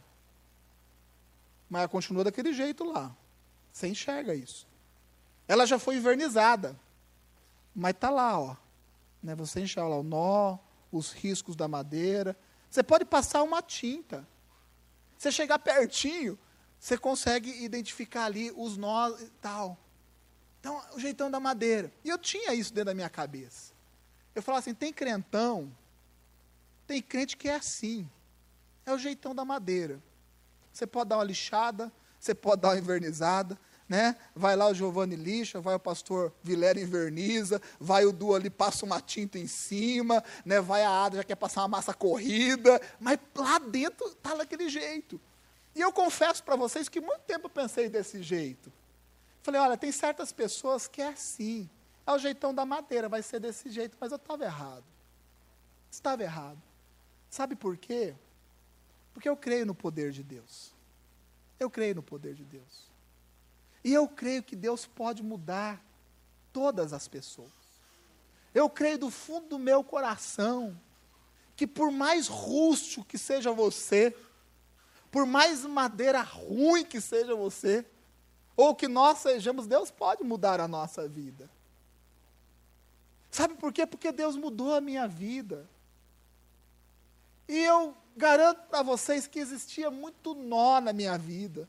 Mas ela continua daquele jeito lá. Você enxerga isso. Ela já foi envernizada. Mas está lá, ó. Né? Você enxerga lá o nó, os riscos da madeira. Você pode passar uma tinta. Você chegar pertinho, você consegue identificar ali os nós e tal. Então, o jeitão da madeira. E eu tinha isso dentro da minha cabeça. Eu falava assim, tem crentão, tem crente que é assim. É o jeitão da madeira. Você pode dar uma lixada, você pode dar uma invernizada, né? Vai lá o Giovanni lixa, vai o pastor Vilela inverniza, vai o Du ali, passa uma tinta em cima, né? Vai a Ada, já quer passar uma massa corrida, mas lá dentro está daquele jeito. E eu confesso para vocês que muito tempo eu pensei desse jeito. Falei, olha, tem certas pessoas que é assim, é o jeitão da madeira, vai ser desse jeito, mas eu estava errado. Estava errado. Sabe por quê? Porque eu creio no poder de Deus. Eu creio no poder de Deus. E eu creio que Deus pode mudar todas as pessoas. Eu creio do fundo do meu coração que por mais rústico que seja você, por mais madeira ruim que seja você, ou que nós sejamos, Deus pode mudar a nossa vida. Sabe por quê? Porque Deus mudou a minha vida. E eu garanto para vocês que existia muito nó na minha vida.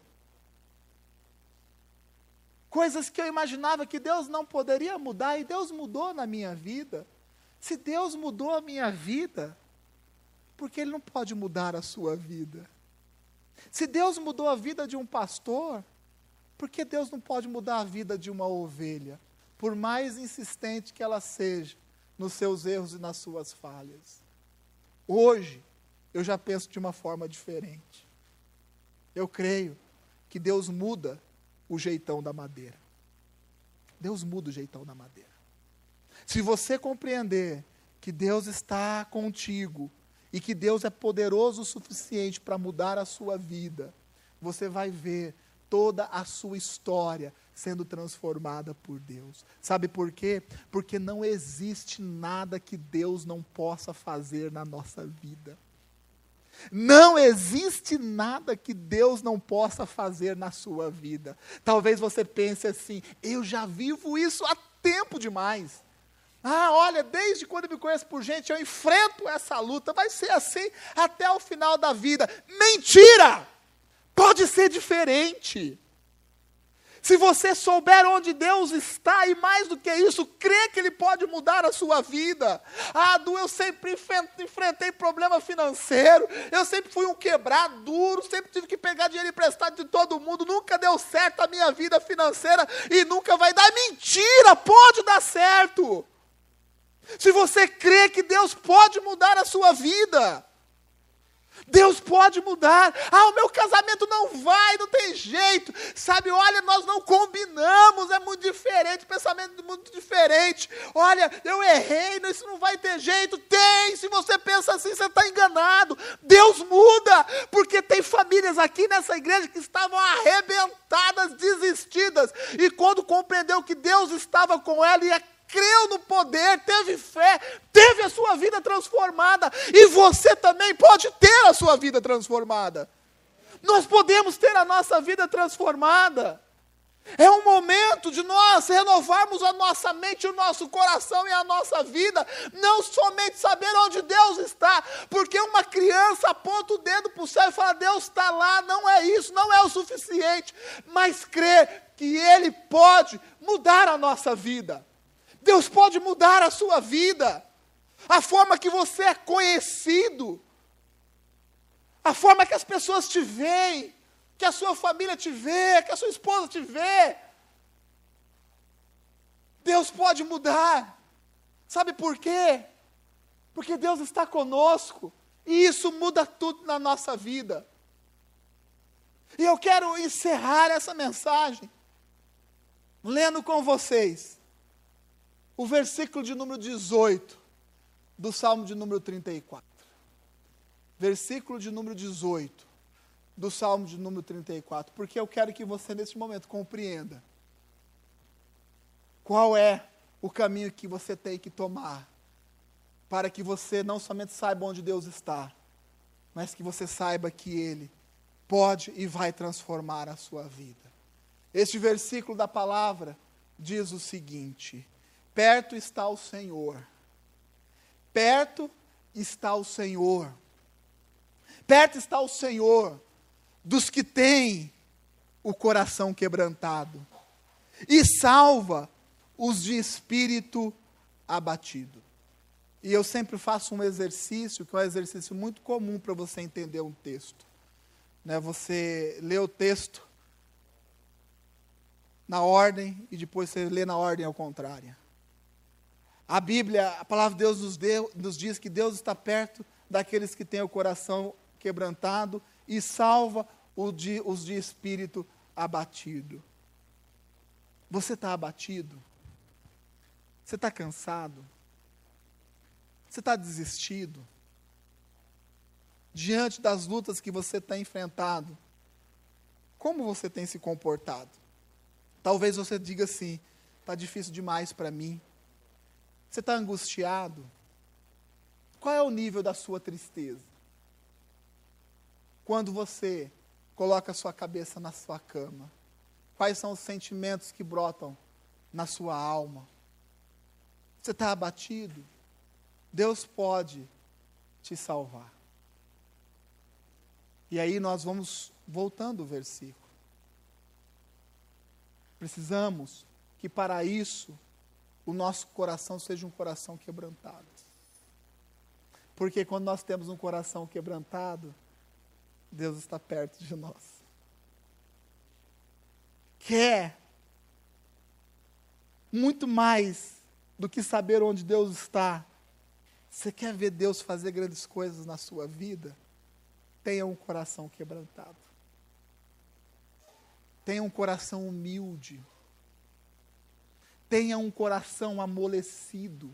Coisas que eu imaginava que Deus não poderia mudar, e Deus mudou na minha vida. Se Deus mudou a minha vida, por que Ele não pode mudar a sua vida? Se Deus mudou a vida de um pastor, por que Deus não pode mudar a vida de uma ovelha? Por mais insistente que ela seja nos seus erros e nas suas falhas. Hoje, eu já penso de uma forma diferente. Eu creio que Deus muda o jeitão da madeira. Deus muda o jeitão da madeira. Se você compreender que Deus está contigo e que Deus é poderoso o suficiente para mudar a sua vida, você vai ver toda a sua história sendo transformada por Deus. Sabe por quê? Porque não existe nada que Deus não possa fazer na nossa vida. Não existe nada que Deus não possa fazer na sua vida. Talvez você pense assim, eu já vivo isso há tempo demais. Olha, desde quando eu me conheço por gente, eu enfrento essa luta, vai ser assim até o final da vida. Mentira! Pode ser diferente. Se você souber onde Deus está, e mais do que isso, crê que Ele pode mudar a sua vida. Du, eu sempre enfrentei problema financeiro, eu sempre fui um quebrado duro, sempre tive que pegar dinheiro emprestado de todo mundo, nunca deu certo a minha vida financeira e nunca vai dar. Mentira, pode dar certo. Se você crê que Deus pode mudar a sua vida, Deus pode mudar. O meu casamento não vai, não tem jeito. Sabe, olha, nós não combinamos, é muito diferente, pensamento muito diferente. Olha, eu errei, isso não vai ter jeito. Tem, se você pensa assim, você está enganado. Deus muda, porque tem famílias aqui nessa igreja que estavam arrebentadas, desistidas. E quando compreendeu que Deus estava com ela e creu no poder, teve fé, teve a sua vida transformada, e você também pode ter a sua vida transformada. Nós podemos ter a nossa vida transformada. É um momento de nós renovarmos a nossa mente, o nosso coração e a nossa vida, não somente saber onde Deus está, porque uma criança aponta o dedo para o céu e fala, Deus está lá, não é isso, não é o suficiente, mas crer que Ele pode mudar a nossa vida. Deus pode mudar a sua vida, a forma que você é conhecido, a forma que as pessoas te veem, que a sua família te vê, que a sua esposa te vê. Deus pode mudar. Sabe por quê? Porque Deus está conosco. E isso muda tudo na nossa vida. E eu quero encerrar essa mensagem lendo com vocês o versículo de número 18 do Salmo de número 34. Versículo de número 18 do Salmo de número 34, porque eu quero que você nesse momento compreenda qual é o caminho que você tem que tomar para que você não somente saiba onde Deus está, mas que você saiba que Ele pode e vai transformar a sua vida. Este versículo da palavra diz o seguinte: perto está o Senhor, perto está o Senhor, perto está o Senhor dos que têm o coração quebrantado, e salva os de espírito abatido. E eu sempre faço um exercício, que é um exercício muito comum para você entender um texto. Né? Você lê o texto na ordem, e depois você lê na ordem ao contrário. A Bíblia, a palavra de Deus nos diz que Deus está perto daqueles que têm o coração quebrantado e salva os de espírito abatido. Você está abatido? Você está cansado? Você está desistido? Diante das lutas que você tem enfrentado, como você tem se comportado? Talvez você diga assim, está difícil demais para mim. Você está angustiado? Qual é o nível da sua tristeza? Quando você coloca a sua cabeça na sua cama, quais são os sentimentos que brotam na sua alma? Você está abatido? Deus pode te salvar. E aí nós vamos voltando o versículo. Precisamos que para isso o nosso coração seja um coração quebrantado. Porque quando nós temos um coração quebrantado, Deus está perto de nós. Quer muito mais do que saber onde Deus está. Você quer ver Deus fazer grandes coisas na sua vida? Tenha um coração quebrantado. Tenha um coração humilde. Tenha um coração amolecido.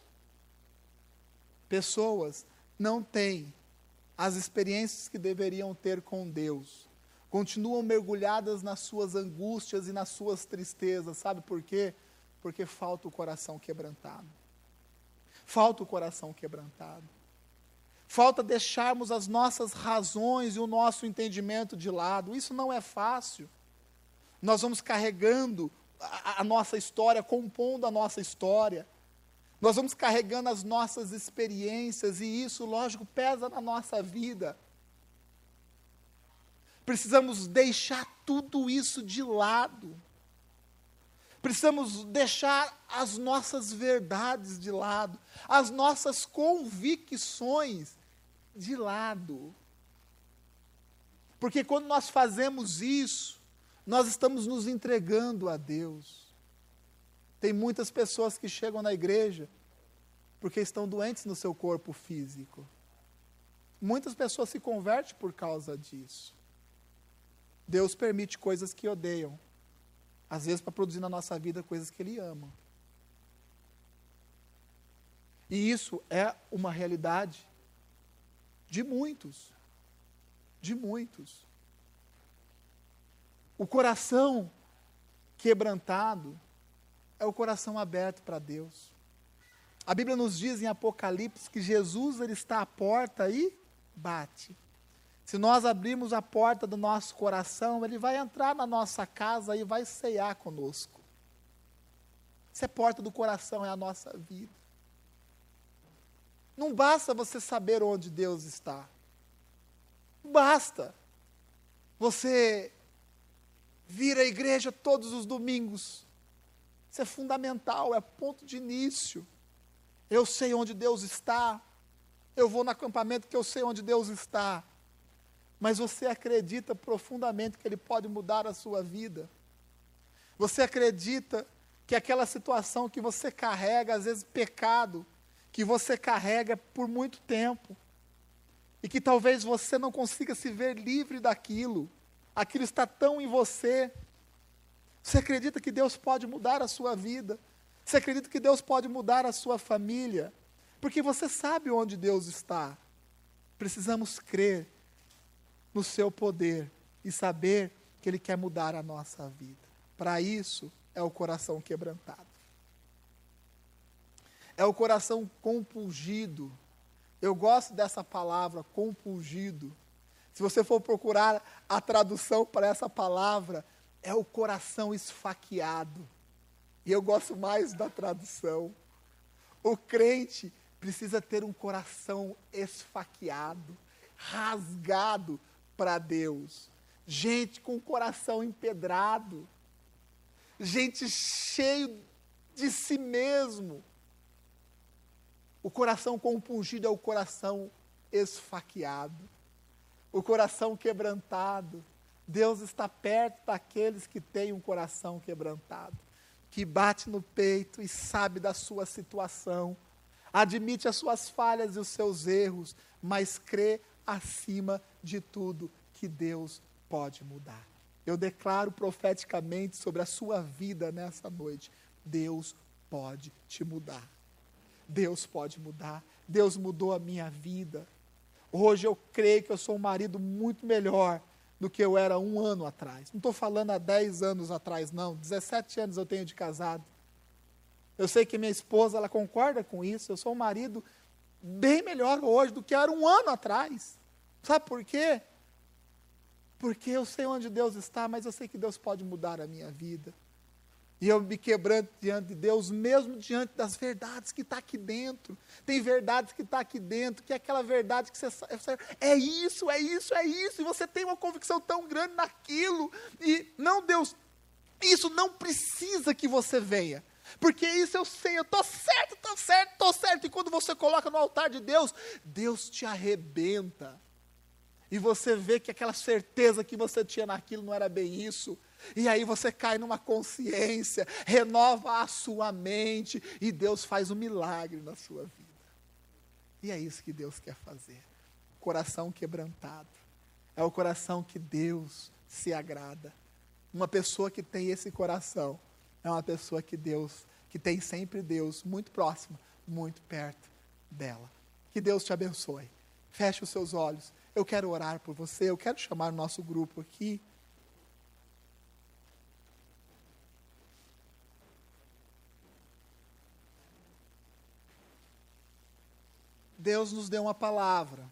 Pessoas não têm as experiências que deveriam ter com Deus. Continuam mergulhadas nas suas angústias e nas suas tristezas. Sabe por quê? Porque falta o coração quebrantado. Falta o coração quebrantado. Falta deixarmos as nossas razões e o nosso entendimento de lado. Isso não é fácil. Nós vamos carregando a nossa história, compondo a nossa história. Nós vamos carregando as nossas experiências e isso, lógico, pesa na nossa vida. Precisamos deixar tudo isso de lado. Precisamos deixar as nossas verdades de lado, as nossas convicções de lado. Porque quando nós fazemos isso, nós estamos nos entregando a Deus. Tem muitas pessoas que chegam na igreja porque estão doentes no seu corpo físico. Muitas pessoas se convertem por causa disso. Deus permite coisas que odeiam, às vezes para produzir na nossa vida coisas que Ele ama. E isso é uma realidade de muitos. De muitos. O coração quebrantado é o coração aberto para Deus. A Bíblia nos diz em Apocalipse que Jesus ele está à porta e bate. Se nós abrirmos a porta do nosso coração, Ele vai entrar na nossa casa e vai ceiar conosco. Essa é a porta do coração, é a nossa vida. Não basta você saber onde Deus está. Não basta você vir à igreja todos os domingos. Isso é fundamental, é ponto de início. Eu sei onde Deus está. Eu vou no acampamento que eu sei onde Deus está. Mas você acredita profundamente que Ele pode mudar a sua vida? Você acredita que aquela situação que você carrega, às vezes pecado, que você carrega por muito tempo, e que talvez você não consiga se ver livre daquilo, aquilo está tão em você. Você acredita que Deus pode mudar a sua vida? Você acredita que Deus pode mudar a sua família? Porque você sabe onde Deus está. Precisamos crer no seu poder e saber que Ele quer mudar a nossa vida. Para isso, é o coração quebrantado. É o coração compungido. Eu gosto dessa palavra, compungido. Se você for procurar a tradução para essa palavra, é o coração esfaqueado. E eu gosto mais da tradução. O crente precisa ter um coração esfaqueado, rasgado para Deus. Gente com o coração empedrado. Gente cheio de si mesmo. O coração compungido é o coração esfaqueado. O coração quebrantado. Deus está perto daqueles que têm um coração quebrantado, que bate no peito e sabe da sua situação, admite as suas falhas e os seus erros, mas crê acima de tudo que Deus pode mudar. Eu declaro profeticamente sobre a sua vida nessa noite, Deus pode te mudar. Deus pode mudar. Deus mudou a minha vida. Hoje eu creio que eu sou um marido muito melhor do que eu era 1 ano atrás. Não estou falando há 10 anos atrás, não. 17 anos eu tenho de casado. Eu sei que minha esposa, ela concorda com isso. Eu sou um marido bem melhor hoje do que eu era 1 ano atrás. Sabe por quê? Porque eu sei onde Deus está, mas eu sei que Deus pode mudar a minha vida. E eu me quebranto diante de Deus, mesmo diante das verdades que está aqui dentro. Tem verdades que está aqui dentro, que é aquela verdade que você é isso, é isso, é isso. E você tem uma convicção tão grande naquilo. E não, Deus, isso não precisa que você venha. Porque isso eu sei, eu estou certo, estou certo, estou certo. E quando você coloca no altar de Deus, Deus te arrebenta. E você vê que aquela certeza que você tinha naquilo não era bem isso. E aí você cai numa consciência, renova a sua mente, e Deus faz um milagre na sua vida. E é isso que Deus quer fazer. Coração quebrantado. É o coração que Deus se agrada. Uma pessoa que tem esse coração, é uma pessoa que tem sempre Deus muito próximo, muito perto dela. Que Deus te abençoe. Feche os seus olhos. Eu quero orar por você, eu quero chamar o nosso grupo aqui. Deus nos deu uma palavra.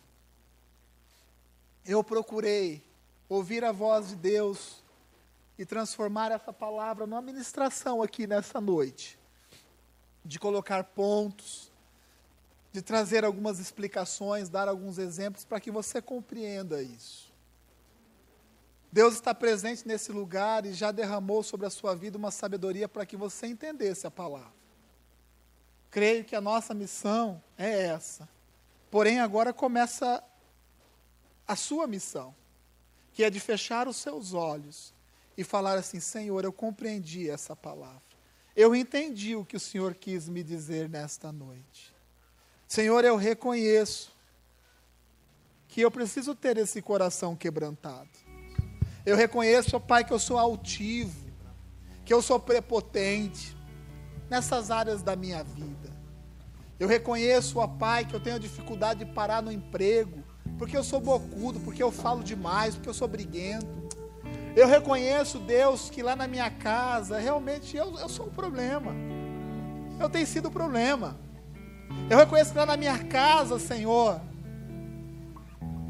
Eu procurei ouvir a voz de Deus e transformar essa palavra numa ministração aqui nessa noite. De colocar pontos, de trazer algumas explicações, dar alguns exemplos para que você compreenda isso. Deus está presente nesse lugar e já derramou sobre a sua vida uma sabedoria para que você entendesse a palavra. Creio que a nossa missão é essa. Porém, agora começa a sua missão, que é de fechar os seus olhos e falar assim: Senhor, eu compreendi essa palavra. Eu entendi o que o Senhor quis me dizer nesta noite. Senhor, eu reconheço que eu preciso ter esse coração quebrantado. Eu reconheço, ó Pai, que eu sou altivo, que eu sou prepotente nessas áreas da minha vida. Eu reconheço, ó Pai, que eu tenho dificuldade de parar no emprego, porque eu sou bocudo, porque eu falo demais, porque eu sou briguento. Eu reconheço, Deus, que lá na minha casa, realmente eu sou um problema. Eu tenho sido o problema. Eu reconheço que lá na minha casa, Senhor,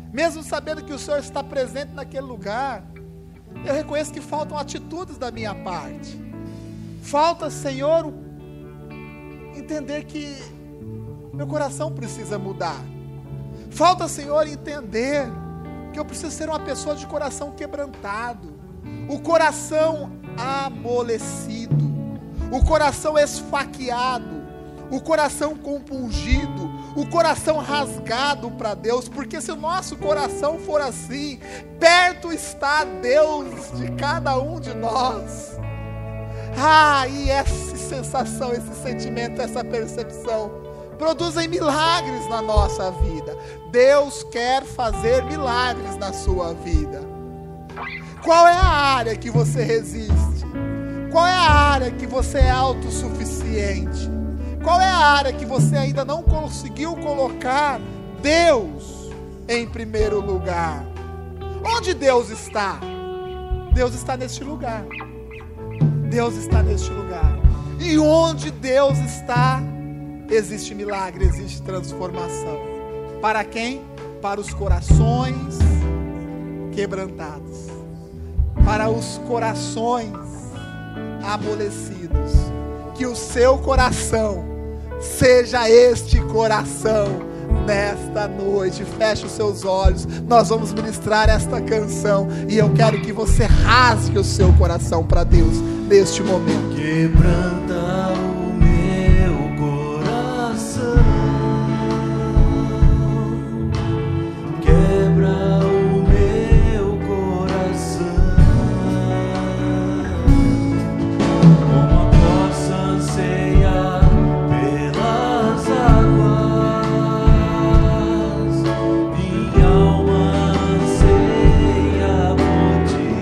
mesmo sabendo que o Senhor está presente naquele lugar, eu reconheço que faltam atitudes da minha parte. Falta, Senhor, entender que meu coração precisa mudar. Falta, Senhor, entender que eu preciso ser uma pessoa de coração quebrantado, o coração amolecido, o coração esfaqueado, o coração compungido, o coração rasgado para Deus, porque se o nosso coração for assim, perto está Deus de cada um de nós. E essa sensação, esse sentimento, essa percepção produzem milagres na nossa vida. Deus quer fazer milagres na sua vida. Qual é a área que você resiste? Qual é a área que você é autossuficiente? Qual é a área que você ainda não conseguiu colocar Deus em primeiro lugar? Onde Deus está? Deus está neste lugar. Deus está neste lugar. E onde Deus está, existe milagre, existe transformação. Para quem? Para os corações quebrantados. Para os corações amolecidos. Que o seu coração seja este coração nesta noite. Feche os seus olhos. Nós vamos ministrar esta canção. E eu quero que você rasgue o seu coração para Deus neste momento. Quebranta o meu coração, quebra o meu coração, como a poça anseia pelas águas, minha alma anseia por ti.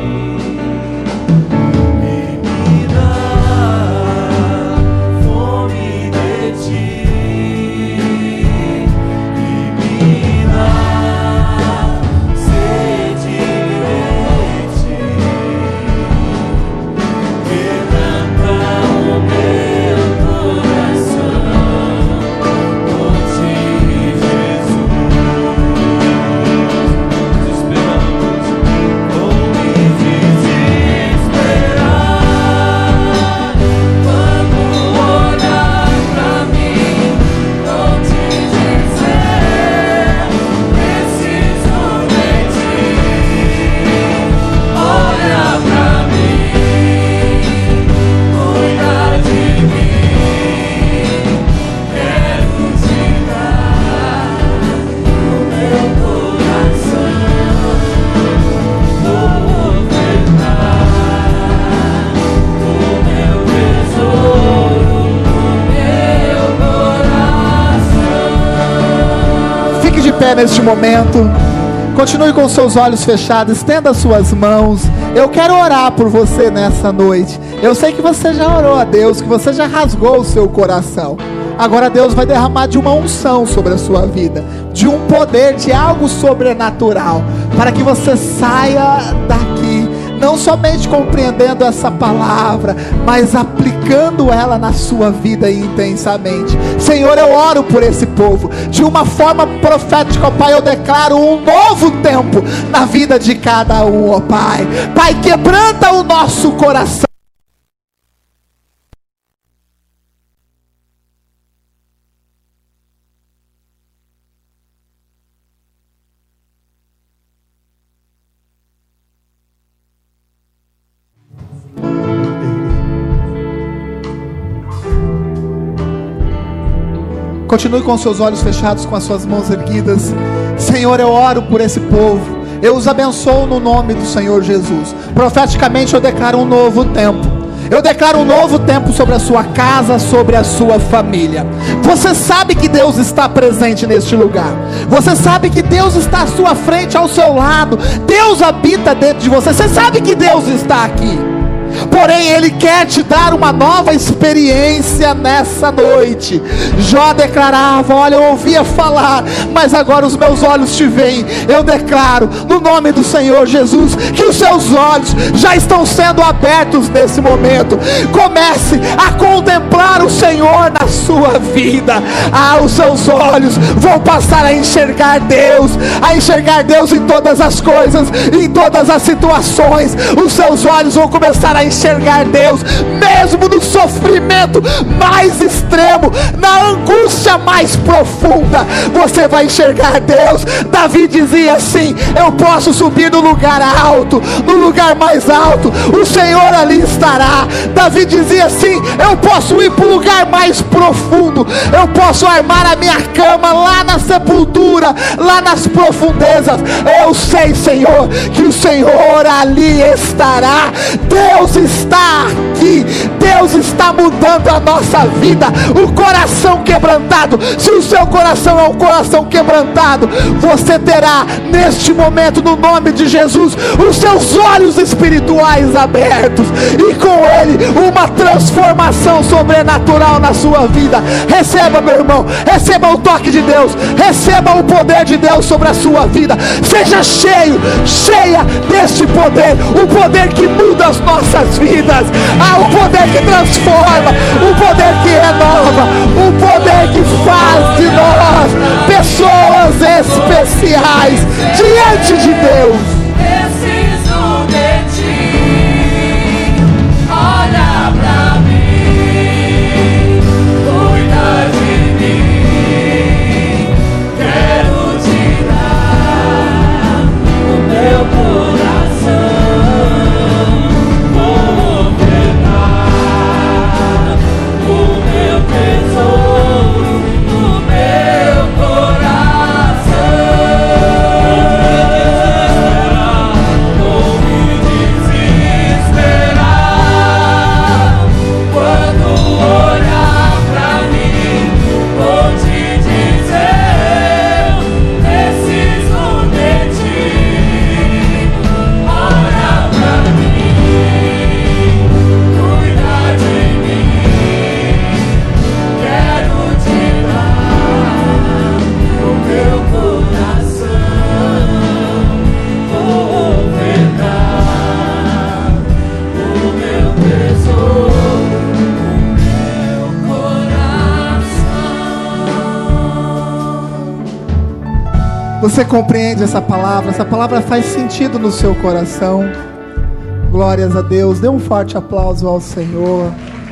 Neste momento, continue com seus olhos fechados, estenda suas mãos. Eu quero orar por você nessa noite. Eu sei que você já orou a Deus, que você já rasgou o seu coração. Agora Deus vai derramar de uma unção sobre a sua vida, de um poder, de algo sobrenatural, para que você saia daqui, não somente compreendendo essa palavra, mas aplicando ela na sua vida intensamente. Senhor, eu oro por esse povo, de uma forma profética, ó Pai, eu declaro um novo tempo na vida de cada um, ó Pai. Pai, quebranta o nosso coração. Continue com seus olhos fechados, com as suas mãos erguidas. Senhor, eu oro por esse povo. Eu os abençoo no nome do Senhor Jesus. Profeticamente eu declaro um novo tempo. Eu declaro um novo tempo sobre a sua casa, sobre a sua família. Você sabe que Deus está presente neste lugar. Você sabe que Deus está à sua frente, ao seu lado. Deus habita dentro de você. Você sabe que Deus está aqui. porém Ele quer te dar uma nova experiência nessa noite. Jó declarava: olha, eu ouvia falar, mas agora os meus olhos te veem. Eu declaro no nome do Senhor Jesus que os seus olhos já estão sendo abertos nesse momento. Comece a contemplar o Senhor na sua vida. Os seus olhos vão passar a enxergar Deus em todas as coisas, em todas as situações. Os seus olhos vão começar a enxergar Deus, mesmo no sofrimento mais extremo, na angústia mais profunda, você vai enxergar Deus. Davi dizia assim: eu posso subir no lugar alto, no lugar mais alto, o Senhor ali estará. Davi dizia assim: eu posso ir para o lugar mais profundo, eu posso armar a minha cama lá na sepultura, lá nas profundezas. Eu sei, Senhor, que o Senhor ali estará. Deus está aqui, Deus está mudando a nossa vida. O coração quebrantado, se o seu coração é um coração quebrantado, você terá neste momento, no nome de Jesus, os seus olhos espirituais abertos, e com Ele uma transformação sobrenatural na sua vida. Receba, meu irmão, receba o toque de Deus, receba o poder de Deus sobre a sua vida. Seja cheio, cheia deste poder, o poder que muda as nossas vidas, o poder que transforma, o poder que renova, o poder que faz de nós pessoas especiais diante de Deus. Preciso de ti, olha pra mim, cuida de mim, quero te dar o meu coração, vou ofertar o meu tesouro, o meu coração. Vou me desesperar quando olhar pra mim, vou te dizer: preciso de ti, olha pra mim, cuida de mim, quero te dar o meu coração, vou ofertar o meu tesouro, o meu coração. Você compreende essa palavra? Essa palavra faz sentido no seu coração? Glórias a Deus. Dê um forte aplauso ao Senhor.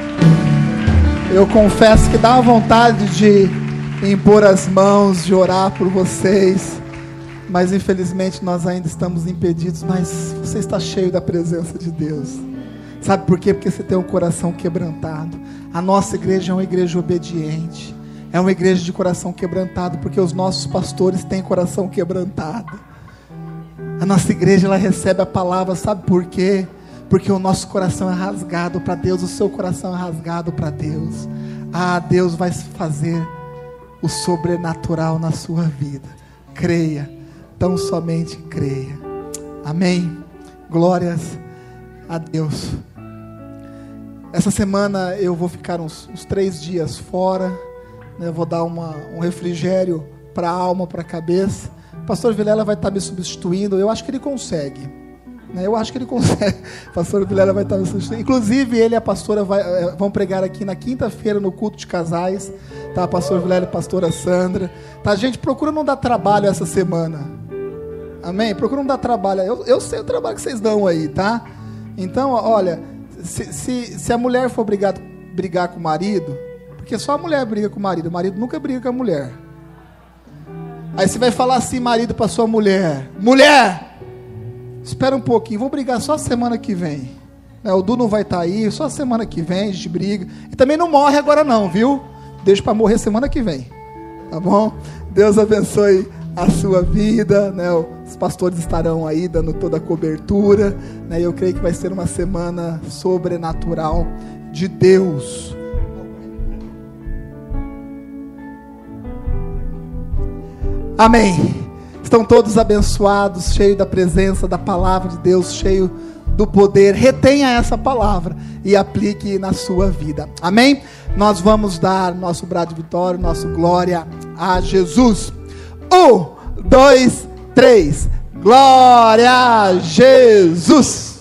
Eu confesso que dá uma vontade de impor as mãos, de orar por vocês, mas infelizmente nós ainda estamos impedidos. Mas você está cheio da presença de Deus. Sabe por quê? Porque você tem um coração quebrantado. A nossa igreja é uma igreja obediente, é uma igreja de coração quebrantado, porque os nossos pastores têm coração quebrantado. A nossa igreja, ela recebe a palavra, sabe por quê? Porque o nosso coração é rasgado para Deus, o seu coração é rasgado para Deus. Deus vai fazer o sobrenatural na sua vida. Creia, tão somente creia. Amém. Glórias a Deus. Essa semana eu vou ficar uns 3 dias fora, né? Eu vou dar um refrigério para a alma, para a cabeça. O pastor Vilela vai estar me substituindo. Eu acho que ele consegue, né? Eu acho que ele consegue. O pastor Vilela vai estar me substituindo. Inclusive ele e a pastora vão pregar aqui na quinta-feira no culto de casais, tá? Pastor Vilela e pastora Sandra, tá? Gente, procura não dar trabalho essa semana. Amém? Procura não dar trabalho. Eu sei o trabalho que vocês dão aí, tá? Então, olha, se a mulher for brigar com o marido, porque só a mulher briga com o marido nunca briga com a mulher. Aí você vai falar assim, marido, para sua mulher: mulher, espera um pouquinho, vou brigar só a semana que vem. O Du não vai estar aí, só a semana que vem a gente briga. E também não morre agora não, viu? Deixa para morrer semana que vem, tá bom? Deus abençoe a sua vida, né? Os pastores estarão aí dando toda a cobertura, né? Eu creio que vai ser uma semana sobrenatural de Deus. Amém. Estão todos abençoados, cheios da presença da palavra de Deus, cheios do poder. Retenha essa palavra e aplique na sua vida. Amém? Nós vamos dar nosso brado de vitória, nosso glória a Jesus. 1, 2, 3. Glória a Jesus!